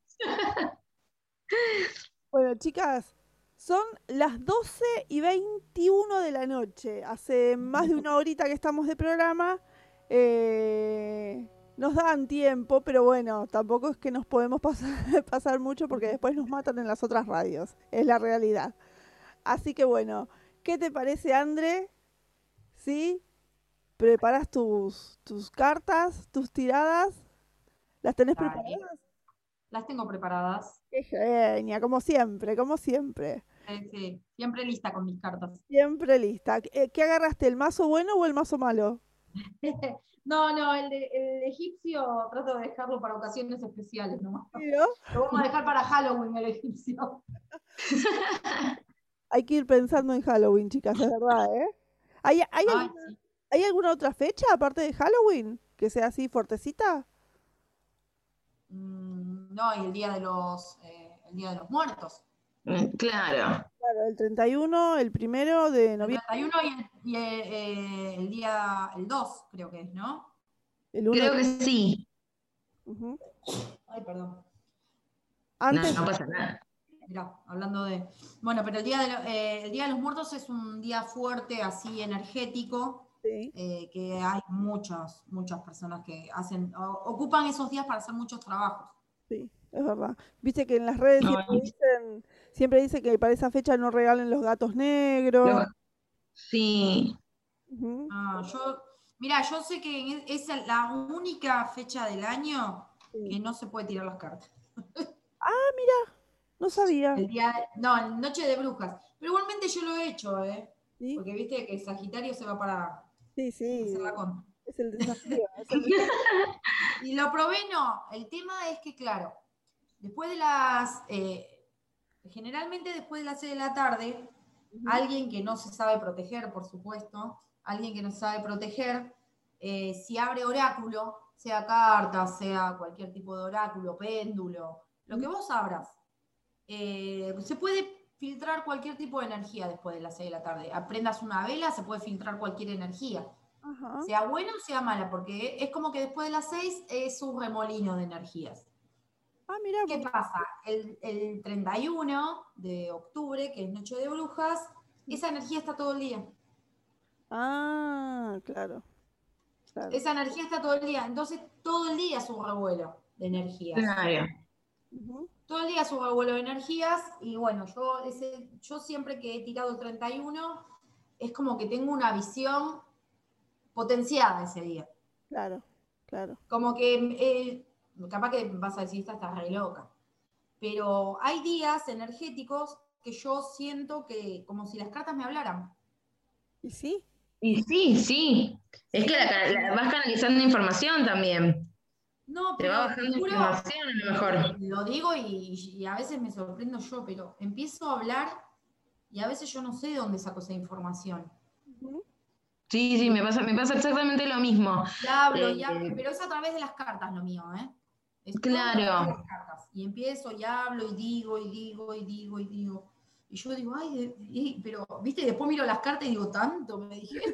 Bueno, chicas, son las doce y veintiuno de la noche. Hace más de una horita que estamos de programa. Eh, nos dan tiempo, pero bueno, tampoco es que nos podemos pasar, pasar mucho porque después nos matan en las otras radios. Es la realidad. Así que bueno, ¿qué te parece, André? ¿Sí? ¿Preparas tus, tus cartas, tus tiradas? ¿Las tenés Dale. preparadas? Las tengo preparadas. Qué genia, como siempre, como siempre. Sí, sí, siempre lista con mis cartas. Siempre lista. Eh, ¿Qué agarraste, el mazo bueno o el mazo malo? No, no, el, de, el egipcio trato de dejarlo para ocasiones especiales nomás. ¿Sí, no? Lo vamos a dejar para Halloween, el egipcio. Hay que ir pensando en Halloween, chicas, es verdad, ¿eh? ¿Hay, hay, Ay, alguna, sí. ¿hay alguna otra fecha aparte de Halloween que sea así fuertecita? Mm, no, y el día de los, eh, el día de los muertos. Claro. Claro, el treinta y uno, el primero de El noviembre. treinta y uno y, el, y el, eh, el día, el dos creo que es, ¿no? El uno. Creo que sí. Uh-huh. Ay, perdón. Antes. No, no pasa nada. Mirá, hablando de... Bueno, pero el día de, lo, eh, el día de los muertos es un día fuerte, así energético, Sí. eh, que hay muchas, muchas personas que hacen, o, ocupan esos días para hacer muchos trabajos. Sí, es verdad. Viste que en las redes No, siempre dicen, siempre dicen que para esa fecha no regalen los gatos negros. lo- sí. Uh-huh. Ah, yo, mira, yo sé que es la única fecha del año Sí. que no se puede tirar las cartas. Ah, mira, no sabía. El día, no, Noche de Brujas. Pero igualmente yo lo he hecho, ¿eh? ¿Sí? Porque viste que Sagitario se va para Sí, sí. hacer la contra. Es el desafío. Es el desafío. Y lo probé, no. El tema es que, claro, después de las... Eh, generalmente después de las seis de la tarde, uh-huh. alguien que no se sabe proteger, por supuesto, alguien que no se sabe proteger, eh, si abre oráculo, sea cartas, sea cualquier tipo de oráculo, péndulo, lo que vos abras, eh, se puede filtrar cualquier tipo de energía después de las seis de la tarde. Aprendas una vela, se puede filtrar cualquier energía. Ajá. Sea buena o sea mala, porque es como que después de las seis es un remolino de energías. Ah, mira. ¿Qué pasa? El, el treinta y uno de octubre, que es Noche de Brujas, esa energía está todo el día. Ah, claro. claro. Esa energía está todo el día. Entonces, todo el día es un revuelo de energías. Claro. Uh-huh. Todo el día es un revuelo de energías. Y bueno, yo, ese, yo siempre que he tirado el treinta y uno, es como que tengo una visión potenciada ese día. Claro, claro. Como que... Eh, capaz que vas a decir, esta está re loca. Pero hay días energéticos que yo siento que como si las cartas me hablaran. ¿Y sí? Y sí, sí. Es que la, la, vas canalizando información también. No, te pero va bajando juro, información a lo mejor. Lo digo y, y a veces me sorprendo yo, pero empiezo a hablar y a veces yo no sé de dónde saco esa información. Uh-huh. Sí, sí, me pasa, me pasa exactamente lo mismo. Y hablo, eh, y hablo, pero es a través de las cartas lo mío, ¿eh? Es claro. Las cartas. y empiezo y hablo y digo y digo y digo y digo. Y yo digo, ay, de, de, pero, viste, y después miro las cartas y digo, tanto, me dijeron.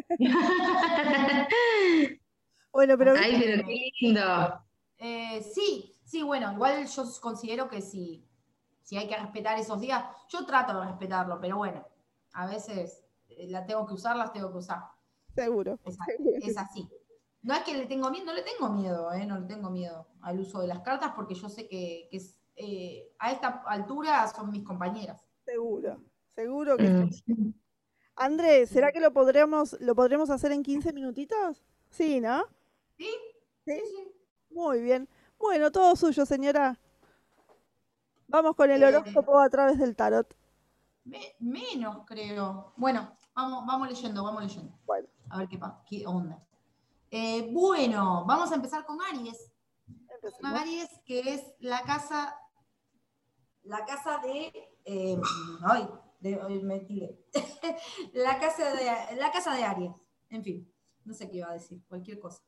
Bueno, pero... Ay, pero qué lindo. Eh, sí, sí, bueno, igual yo considero que si, si hay que respetar esos días, yo trato de respetarlo, pero bueno, a veces eh, la tengo que usar, las tengo que usar. Seguro. Es, seguro es así. No es que le tengo miedo, no le tengo miedo, eh, no le tengo miedo al uso de las cartas porque yo sé que, que eh, a esta altura son mis compañeras. Seguro, seguro que Mm. sí. Andrés, ¿será que lo podremos, lo podremos hacer en quince minutitos? Sí, ¿no? ¿Sí? ¿Sí? Sí, sí. Muy bien. Bueno, todo suyo, señora. Vamos con el Eh, horóscopo a través del tarot. me- menos, creo. Bueno, vamos, vamos leyendo, vamos leyendo. Bueno, A ver qué pasa, qué onda. Eh, bueno, vamos a empezar con Aries. Con empecemos. Aries, que es la casa, la casa de, eh, ay, de, ay, me tiré. la casa de, la casa de Aries. En fin, no sé qué iba a decir, cualquier cosa.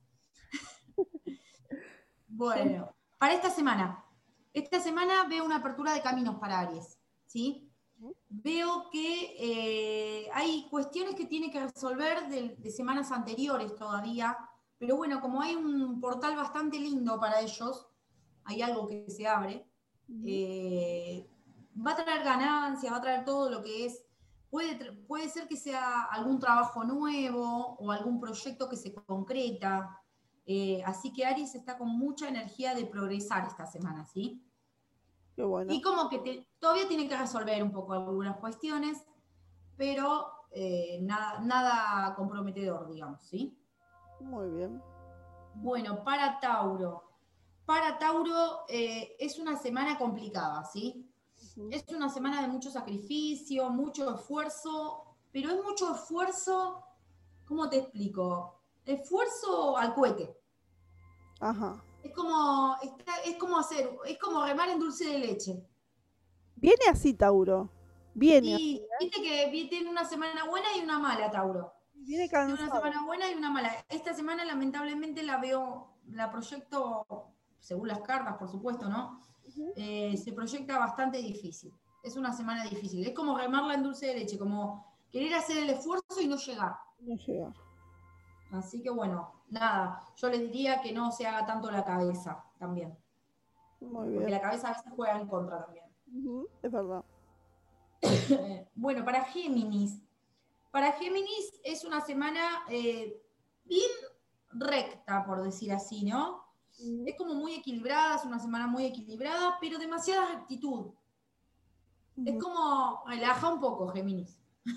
Bueno, para esta semana, esta semana veo una apertura de caminos para Aries, ¿sí? Veo que eh, hay cuestiones que tiene que resolver de, de semanas anteriores todavía, pero bueno, como hay un portal bastante lindo para ellos, hay algo que se abre, eh, va a traer ganancias, va a traer todo lo que es, puede, puede ser que sea algún trabajo nuevo o algún proyecto que se concreta, eh, así que Aries está con mucha energía de progresar esta semana, ¿sí? Qué bueno. Y como que te, todavía tiene que resolver un poco algunas cuestiones, pero eh, nada, nada comprometedor, digamos, ¿sí? Muy bien. Bueno, para Tauro. Para Tauro eh, es una semana complicada, ¿sí? Uh-huh. Es una semana de mucho sacrificio, mucho esfuerzo, pero es mucho esfuerzo, ¿cómo te explico? Esfuerzo al cohete. Ajá. Es como, es como hacer, es como remar en dulce de leche. Viene así, Tauro. Viene y, así. ¿eh? Viste que tiene una semana buena y una mala, Tauro. Viene cansado. Tiene una semana buena y una mala. Esta semana, lamentablemente, la veo, la proyecto, según las cartas, por supuesto, ¿no? Uh-huh. Eh, se proyecta bastante difícil. Es una semana difícil. Es como remarla en dulce de leche, como querer hacer el esfuerzo y no llegar. No llegar. Así que bueno, nada, yo le diría que no se haga tanto la cabeza también. Muy bien. Porque la cabeza a veces juega en contra también. Uh-huh. Es verdad. Bueno, para Géminis. Para Géminis es una semana eh, bien recta, por decir así, ¿no? Uh-huh. Es como muy equilibrada, es una semana muy equilibrada, pero demasiada actitud. Uh-huh. Es como, relaja un poco, Géminis.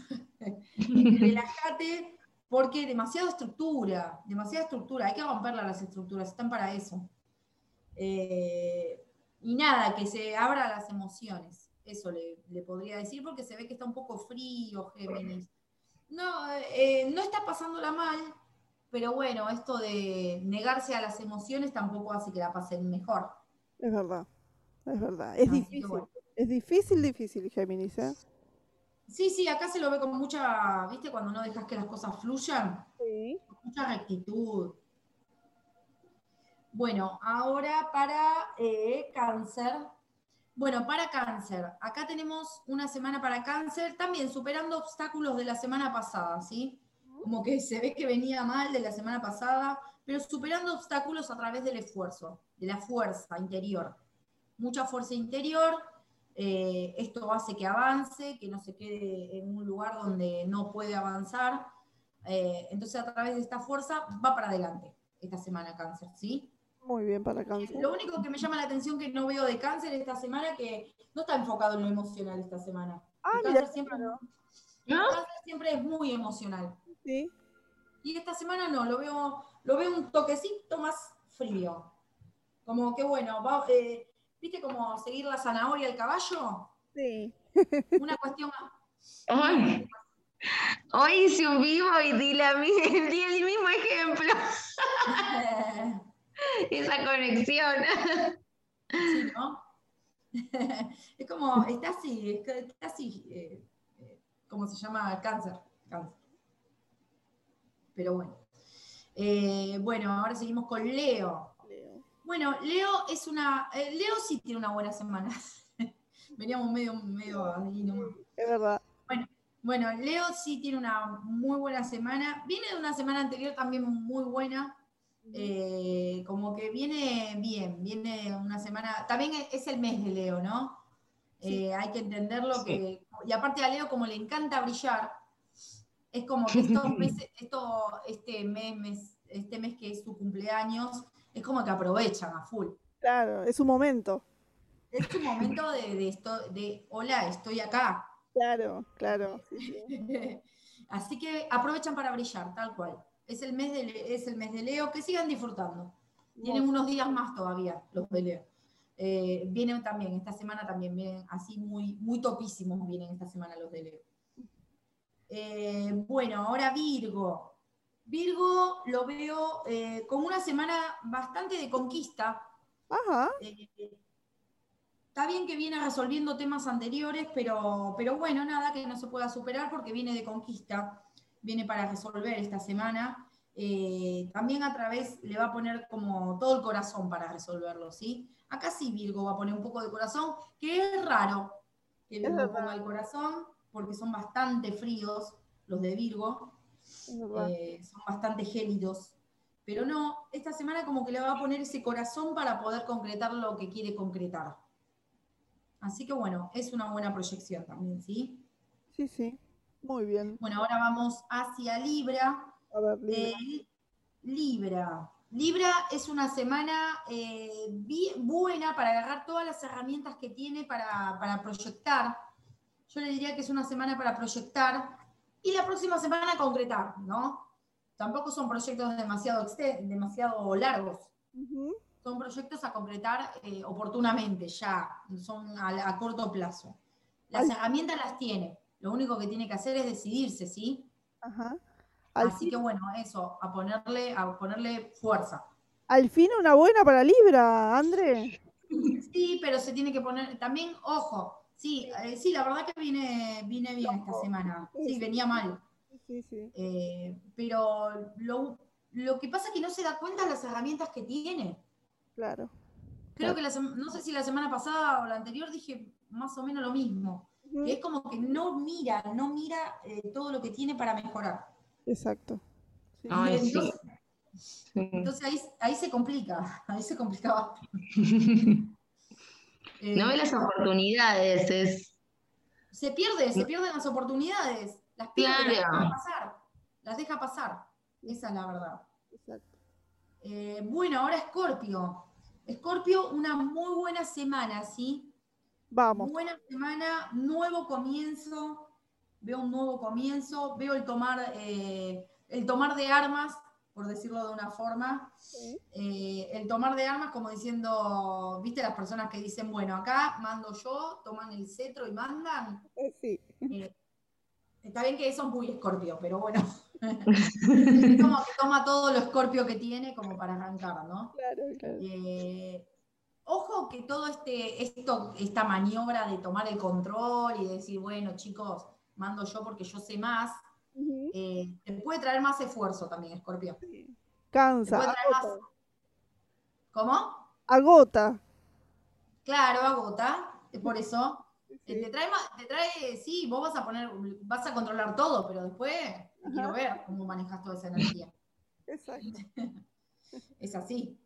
Relájate, porque demasiada estructura, demasiada estructura, hay que romperla las estructuras, están para eso. Eh, y nada, que se abra las emociones, eso le, le podría decir, porque se ve que está un poco frío, Géminis. No, eh, no está pasándola mal, pero bueno, esto de negarse a las emociones tampoco hace que la pasen mejor. Es verdad, es verdad. Es Así difícil, bueno. es difícil, difícil, Géminis, ¿eh? Sí, sí, acá se lo ve con mucha, ¿viste? Cuando no dejas que las cosas fluyan. Sí. Con mucha rectitud. Bueno, ahora para eh, Cáncer. Bueno, para Cáncer, acá tenemos una semana para Cáncer, también superando obstáculos de la semana pasada, ¿sí? Como que se ve que venía mal de la semana pasada, pero superando obstáculos a través del esfuerzo, de la fuerza interior. Mucha fuerza interior, eh, esto hace que avance, que no se quede en un lugar donde no puede avanzar. Eh, entonces, a través de esta fuerza, va para adelante esta semana Cáncer, ¿sí? Muy bien para Cáncer. Lo único que me llama la atención que no veo de Cáncer esta semana, que no está enfocado en lo emocional esta semana. Ah, el mira, Cáncer siempre, claro. ¿no? Cáncer siempre es muy emocional. Sí. Y esta semana no, lo veo, lo veo un toquecito más frío. Como que bueno, va, eh, ¿viste como seguir la zanahoria al caballo? Sí. Una cuestión más. Hoy, hoy hice un vivo y di, la, di el mismo ejemplo. Esa conexión. Sí, ¿no? Es como, está así, está así, eh, eh, ¿cómo se llama? Cáncer. Cáncer. Pero bueno. Eh, bueno, ahora seguimos con Leo. Leo. Bueno, Leo es una. eh, Leo sí tiene una buena semana. Veníamos medio, medio ahí nomás. Es verdad. Bueno, bueno, Leo sí tiene una muy buena semana. Viene de una semana anterior también muy buena. Eh, como que viene bien, viene una semana. También es el mes de Leo, ¿no? Sí. Eh, hay que entenderlo Sí. que. Y aparte a Leo, como le encanta brillar, es como que estos meses, esto, este mes, mes, este mes que es su cumpleaños, es como que aprovechan a full. Claro, es un momento. Es un momento de, de, esto, de hola, estoy acá. Claro, claro. Sí, sí. Así que aprovechan para brillar, tal cual. Es el mes de, es el mes de Leo, que sigan disfrutando. Tienen unos días más todavía, los de Leo. Eh, vienen también, esta semana también, vienen así muy, muy topísimos, vienen esta semana los de Leo. Eh, bueno, ahora Virgo. Virgo lo veo eh, como una semana bastante de conquista. Ajá. Eh, Está bien que viene resolviendo temas anteriores, pero, pero bueno, nada que no se pueda superar porque viene de conquista, viene para resolver esta semana. Eh, también a través le va a poner como todo el corazón para resolverlo, ¿sí? Acá sí Virgo va a poner un poco de corazón, que es raro que Virgo ponga el corazón, porque son bastante fríos los de Virgo, eh, son bastante gélidos. Pero no, esta semana como que le va a poner ese corazón para poder concretar lo que quiere concretar. Así que bueno, es una buena proyección también, ¿sí? Sí, sí. Muy bien. Bueno, ahora vamos hacia Libra. A ver, Libra. Eh, Libra. Libra es una semana eh, bien buena para agarrar todas las herramientas que tiene para, para proyectar. Yo le diría que es una semana para proyectar y la próxima semana concretar, ¿no? Tampoco son proyectos demasiado, demasiado largos. Uh-huh. Son proyectos a concretar eh, oportunamente, ya, son a, a corto plazo. Las Al... herramientas las tiene, lo único que tiene que hacer es decidirse, ¿sí? Ajá. Al Así fin... que bueno, eso, a ponerle, a ponerle fuerza. Al fin una buena para Libra, André. Sí, pero se tiene que poner, también, ojo, sí, eh, sí, la verdad que viene, viene bien esta semana, sí, venía mal. Sí, sí. Eh, pero lo, lo que pasa es que no se da cuenta de las herramientas que tiene. Claro. Creo claro. que la no sé si la semana pasada o la anterior dije más o menos lo mismo. Uh-huh. Que es como que no mira, no mira eh, todo lo que tiene para mejorar. Exacto. Sí. Ay, entonces, sí. entonces ahí, ahí se complica, ahí se complicaba. eh, no ve las oportunidades, es... Se pierde, se pierden las oportunidades. Las pierde, claro. las deja pasar. Las deja pasar. Esa es la verdad. Exacto. Eh, bueno, ahora Escorpio. Escorpio, una muy buena semana, ¿sí? Vamos. Buena semana, nuevo comienzo, veo un nuevo comienzo, veo el tomar, eh, el tomar de armas, por decirlo de una forma, sí. eh, el tomar de armas como diciendo, ¿viste las personas que dicen, bueno, acá mando yo, toman el cetro y mandan? Sí. Eh, está bien que eso es muy Escorpio, pero bueno, es como que toma todo lo Escorpio que tiene como para arrancar, ¿no? Claro, claro. Eh, Ojo que todo este, esto, esta maniobra de tomar el control y decir, bueno, chicos, mando yo porque yo sé más, uh-huh. eh, te puede traer más esfuerzo también, Escorpio. Sí. Cansa, te puede traer más... ¿Cómo? Agota. Claro, agota, por eso. Sí. Eh, te trae más, te trae, sí, vos vas a poner, vas a controlar todo, pero después te quiero ver cómo manejas toda esa energía. Exacto. Es así.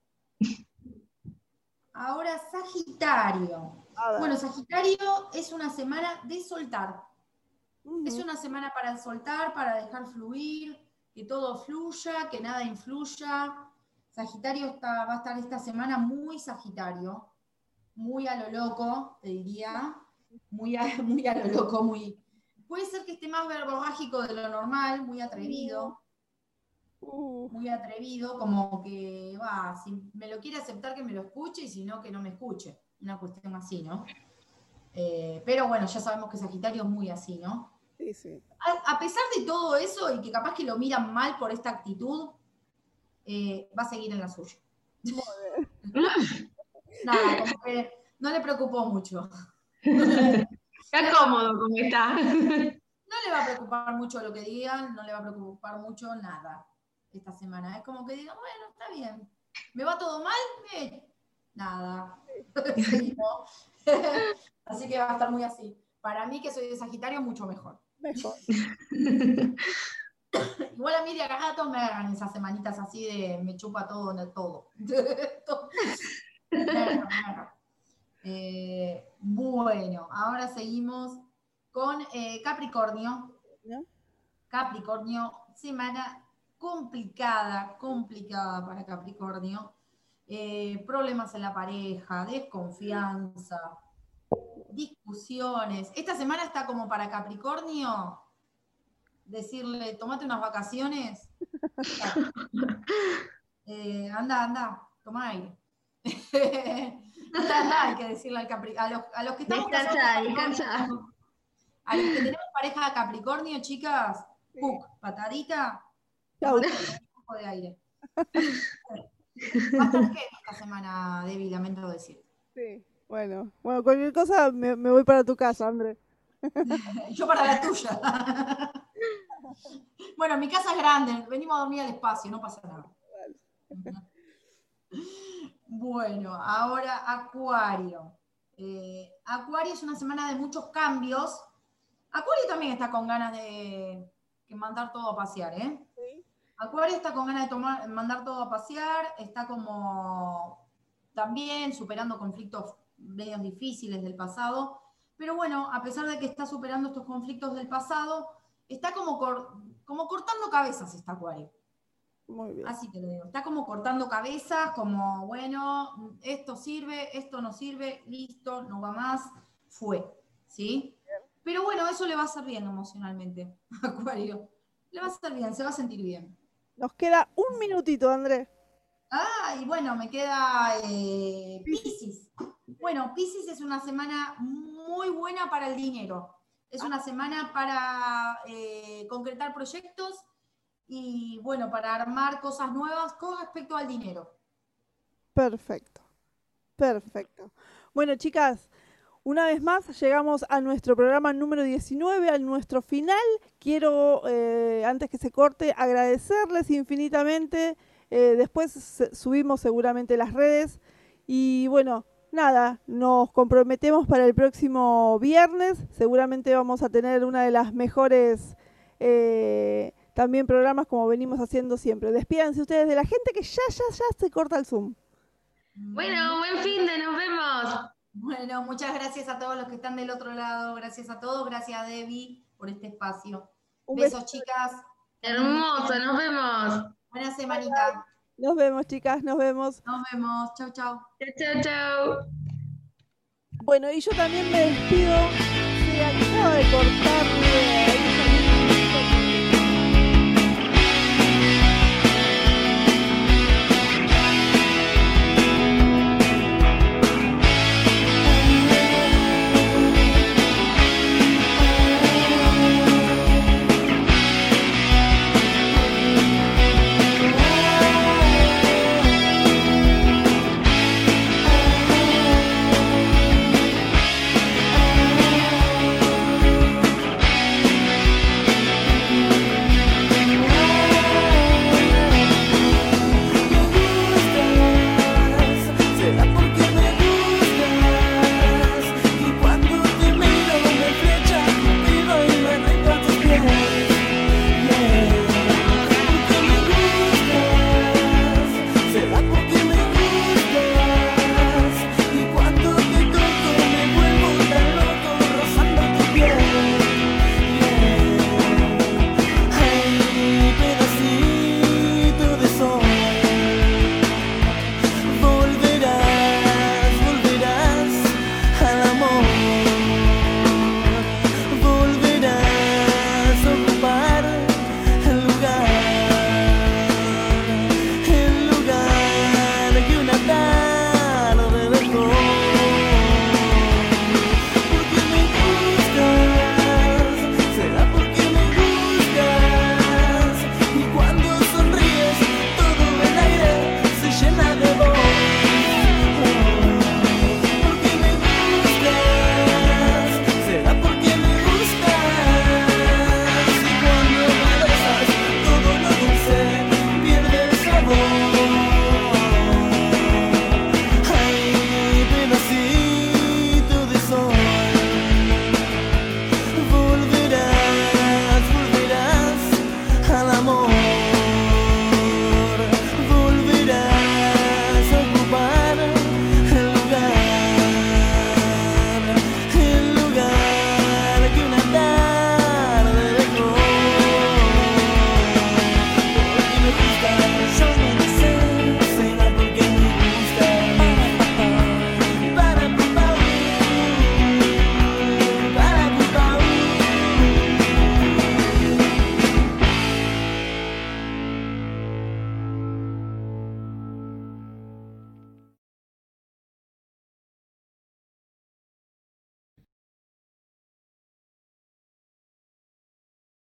Ahora, Sagitario. Bueno, Sagitario es una semana de soltar. Uh-huh. Es una semana para soltar, para dejar fluir, que todo fluya, que nada influya. Sagitario está, va a estar esta semana muy Sagitario, muy a lo loco, te diría. Muy a, muy a lo loco, muy... Puede ser que esté más verborrágico de lo normal, muy atrevido. Uh. Muy atrevido, como que, va, si me lo quiere aceptar que me lo escuche y si no, que no me escuche. Una cuestión así, ¿no? Eh, pero bueno, ya sabemos que Sagitario es muy así, ¿no? Sí, sí. A, a pesar de todo eso y que capaz que lo miran mal por esta actitud, eh, va a seguir en la suya. Nada, como que no le preocupó mucho. Está cómodo como está. No le va a preocupar mucho lo que digan, no le va a preocupar mucho nada esta semana. Es como que digan, bueno, está bien. ¿Me va todo mal? Eh, nada. Seguimos. Así que va a estar muy así. Para mí, que soy de Sagitario, mucho mejor. Mejor. Igual a mí de acá todos me hagan esas semanitas así de me chupa todo en el todo. eh, bueno, ahora seguimos con eh, Capricornio. ¿No? Capricornio, semana complicada, complicada para Capricornio. Eh, problemas en la pareja, desconfianza, discusiones. Esta semana está como para Capricornio decirle, tomate unas vacaciones. eh, anda, anda, toma aire. anda, anda, hay que decirle al Capri a los, a los que estamos Descansa, casados, descansa. a los que tenemos pareja Capricornio, chicas, Sí. puc, patadita, Chau. tomate un poco de aire. Va a estar heavy esta semana, Debbie, lamento decir. Sí. Bueno, bueno, cualquier cosa me, me voy para tu casa, André. Yo para la tuya. Bueno, mi casa es grande, venimos a dormir al espacio, no pasa nada. Bueno, ahora Acuario. Eh, Acuario es una semana de muchos cambios. Acuario también está con ganas de, de mandar todo a pasear, ¿eh? Sí. Acuario está con ganas de tomar, mandar todo a pasear, está como también superando conflictos medios difíciles del pasado, pero bueno, a pesar de que está superando estos conflictos del pasado, está como, cor, como cortando cabezas este Acuario. Muy bien. Así te lo digo, está como cortando cabezas, como bueno, esto sirve, esto no sirve, listo, no va más, fue, ¿sí? Pero bueno, eso le va a hacer bien emocionalmente a Acuario. Le va a hacer bien, se va a sentir bien. Nos queda un minutito, André. Ah, y bueno, me queda eh, Piscis. Bueno, Piscis es una semana muy buena para el dinero. Es una semana para eh, concretar proyectos y, bueno, para armar cosas nuevas con respecto al dinero. Perfecto. Perfecto. Bueno, chicas, una vez más llegamos a nuestro programa número diecinueve, a nuestro final. Quiero, eh, antes que se corte, agradecerles infinitamente. Eh, después se- subimos seguramente las redes. Y bueno, nada, nos comprometemos para el próximo viernes. Seguramente vamos a tener una de las mejores eh, también programas como venimos haciendo siempre. Despídanse ustedes de la gente que ya, ya, ya se corta el Zoom. Bueno, buen fin de, nos vemos. Bueno, muchas gracias a todos los que están del otro lado. Gracias a todos. Gracias, Debbie, por este espacio. Un Besos, chicas. Hermoso, nos vemos. Buena semanita. Nos vemos, chicas, nos vemos. Nos vemos. Chau, chau. Chao, chao, chao. Bueno, y yo también me despido. Se acaba de cortar.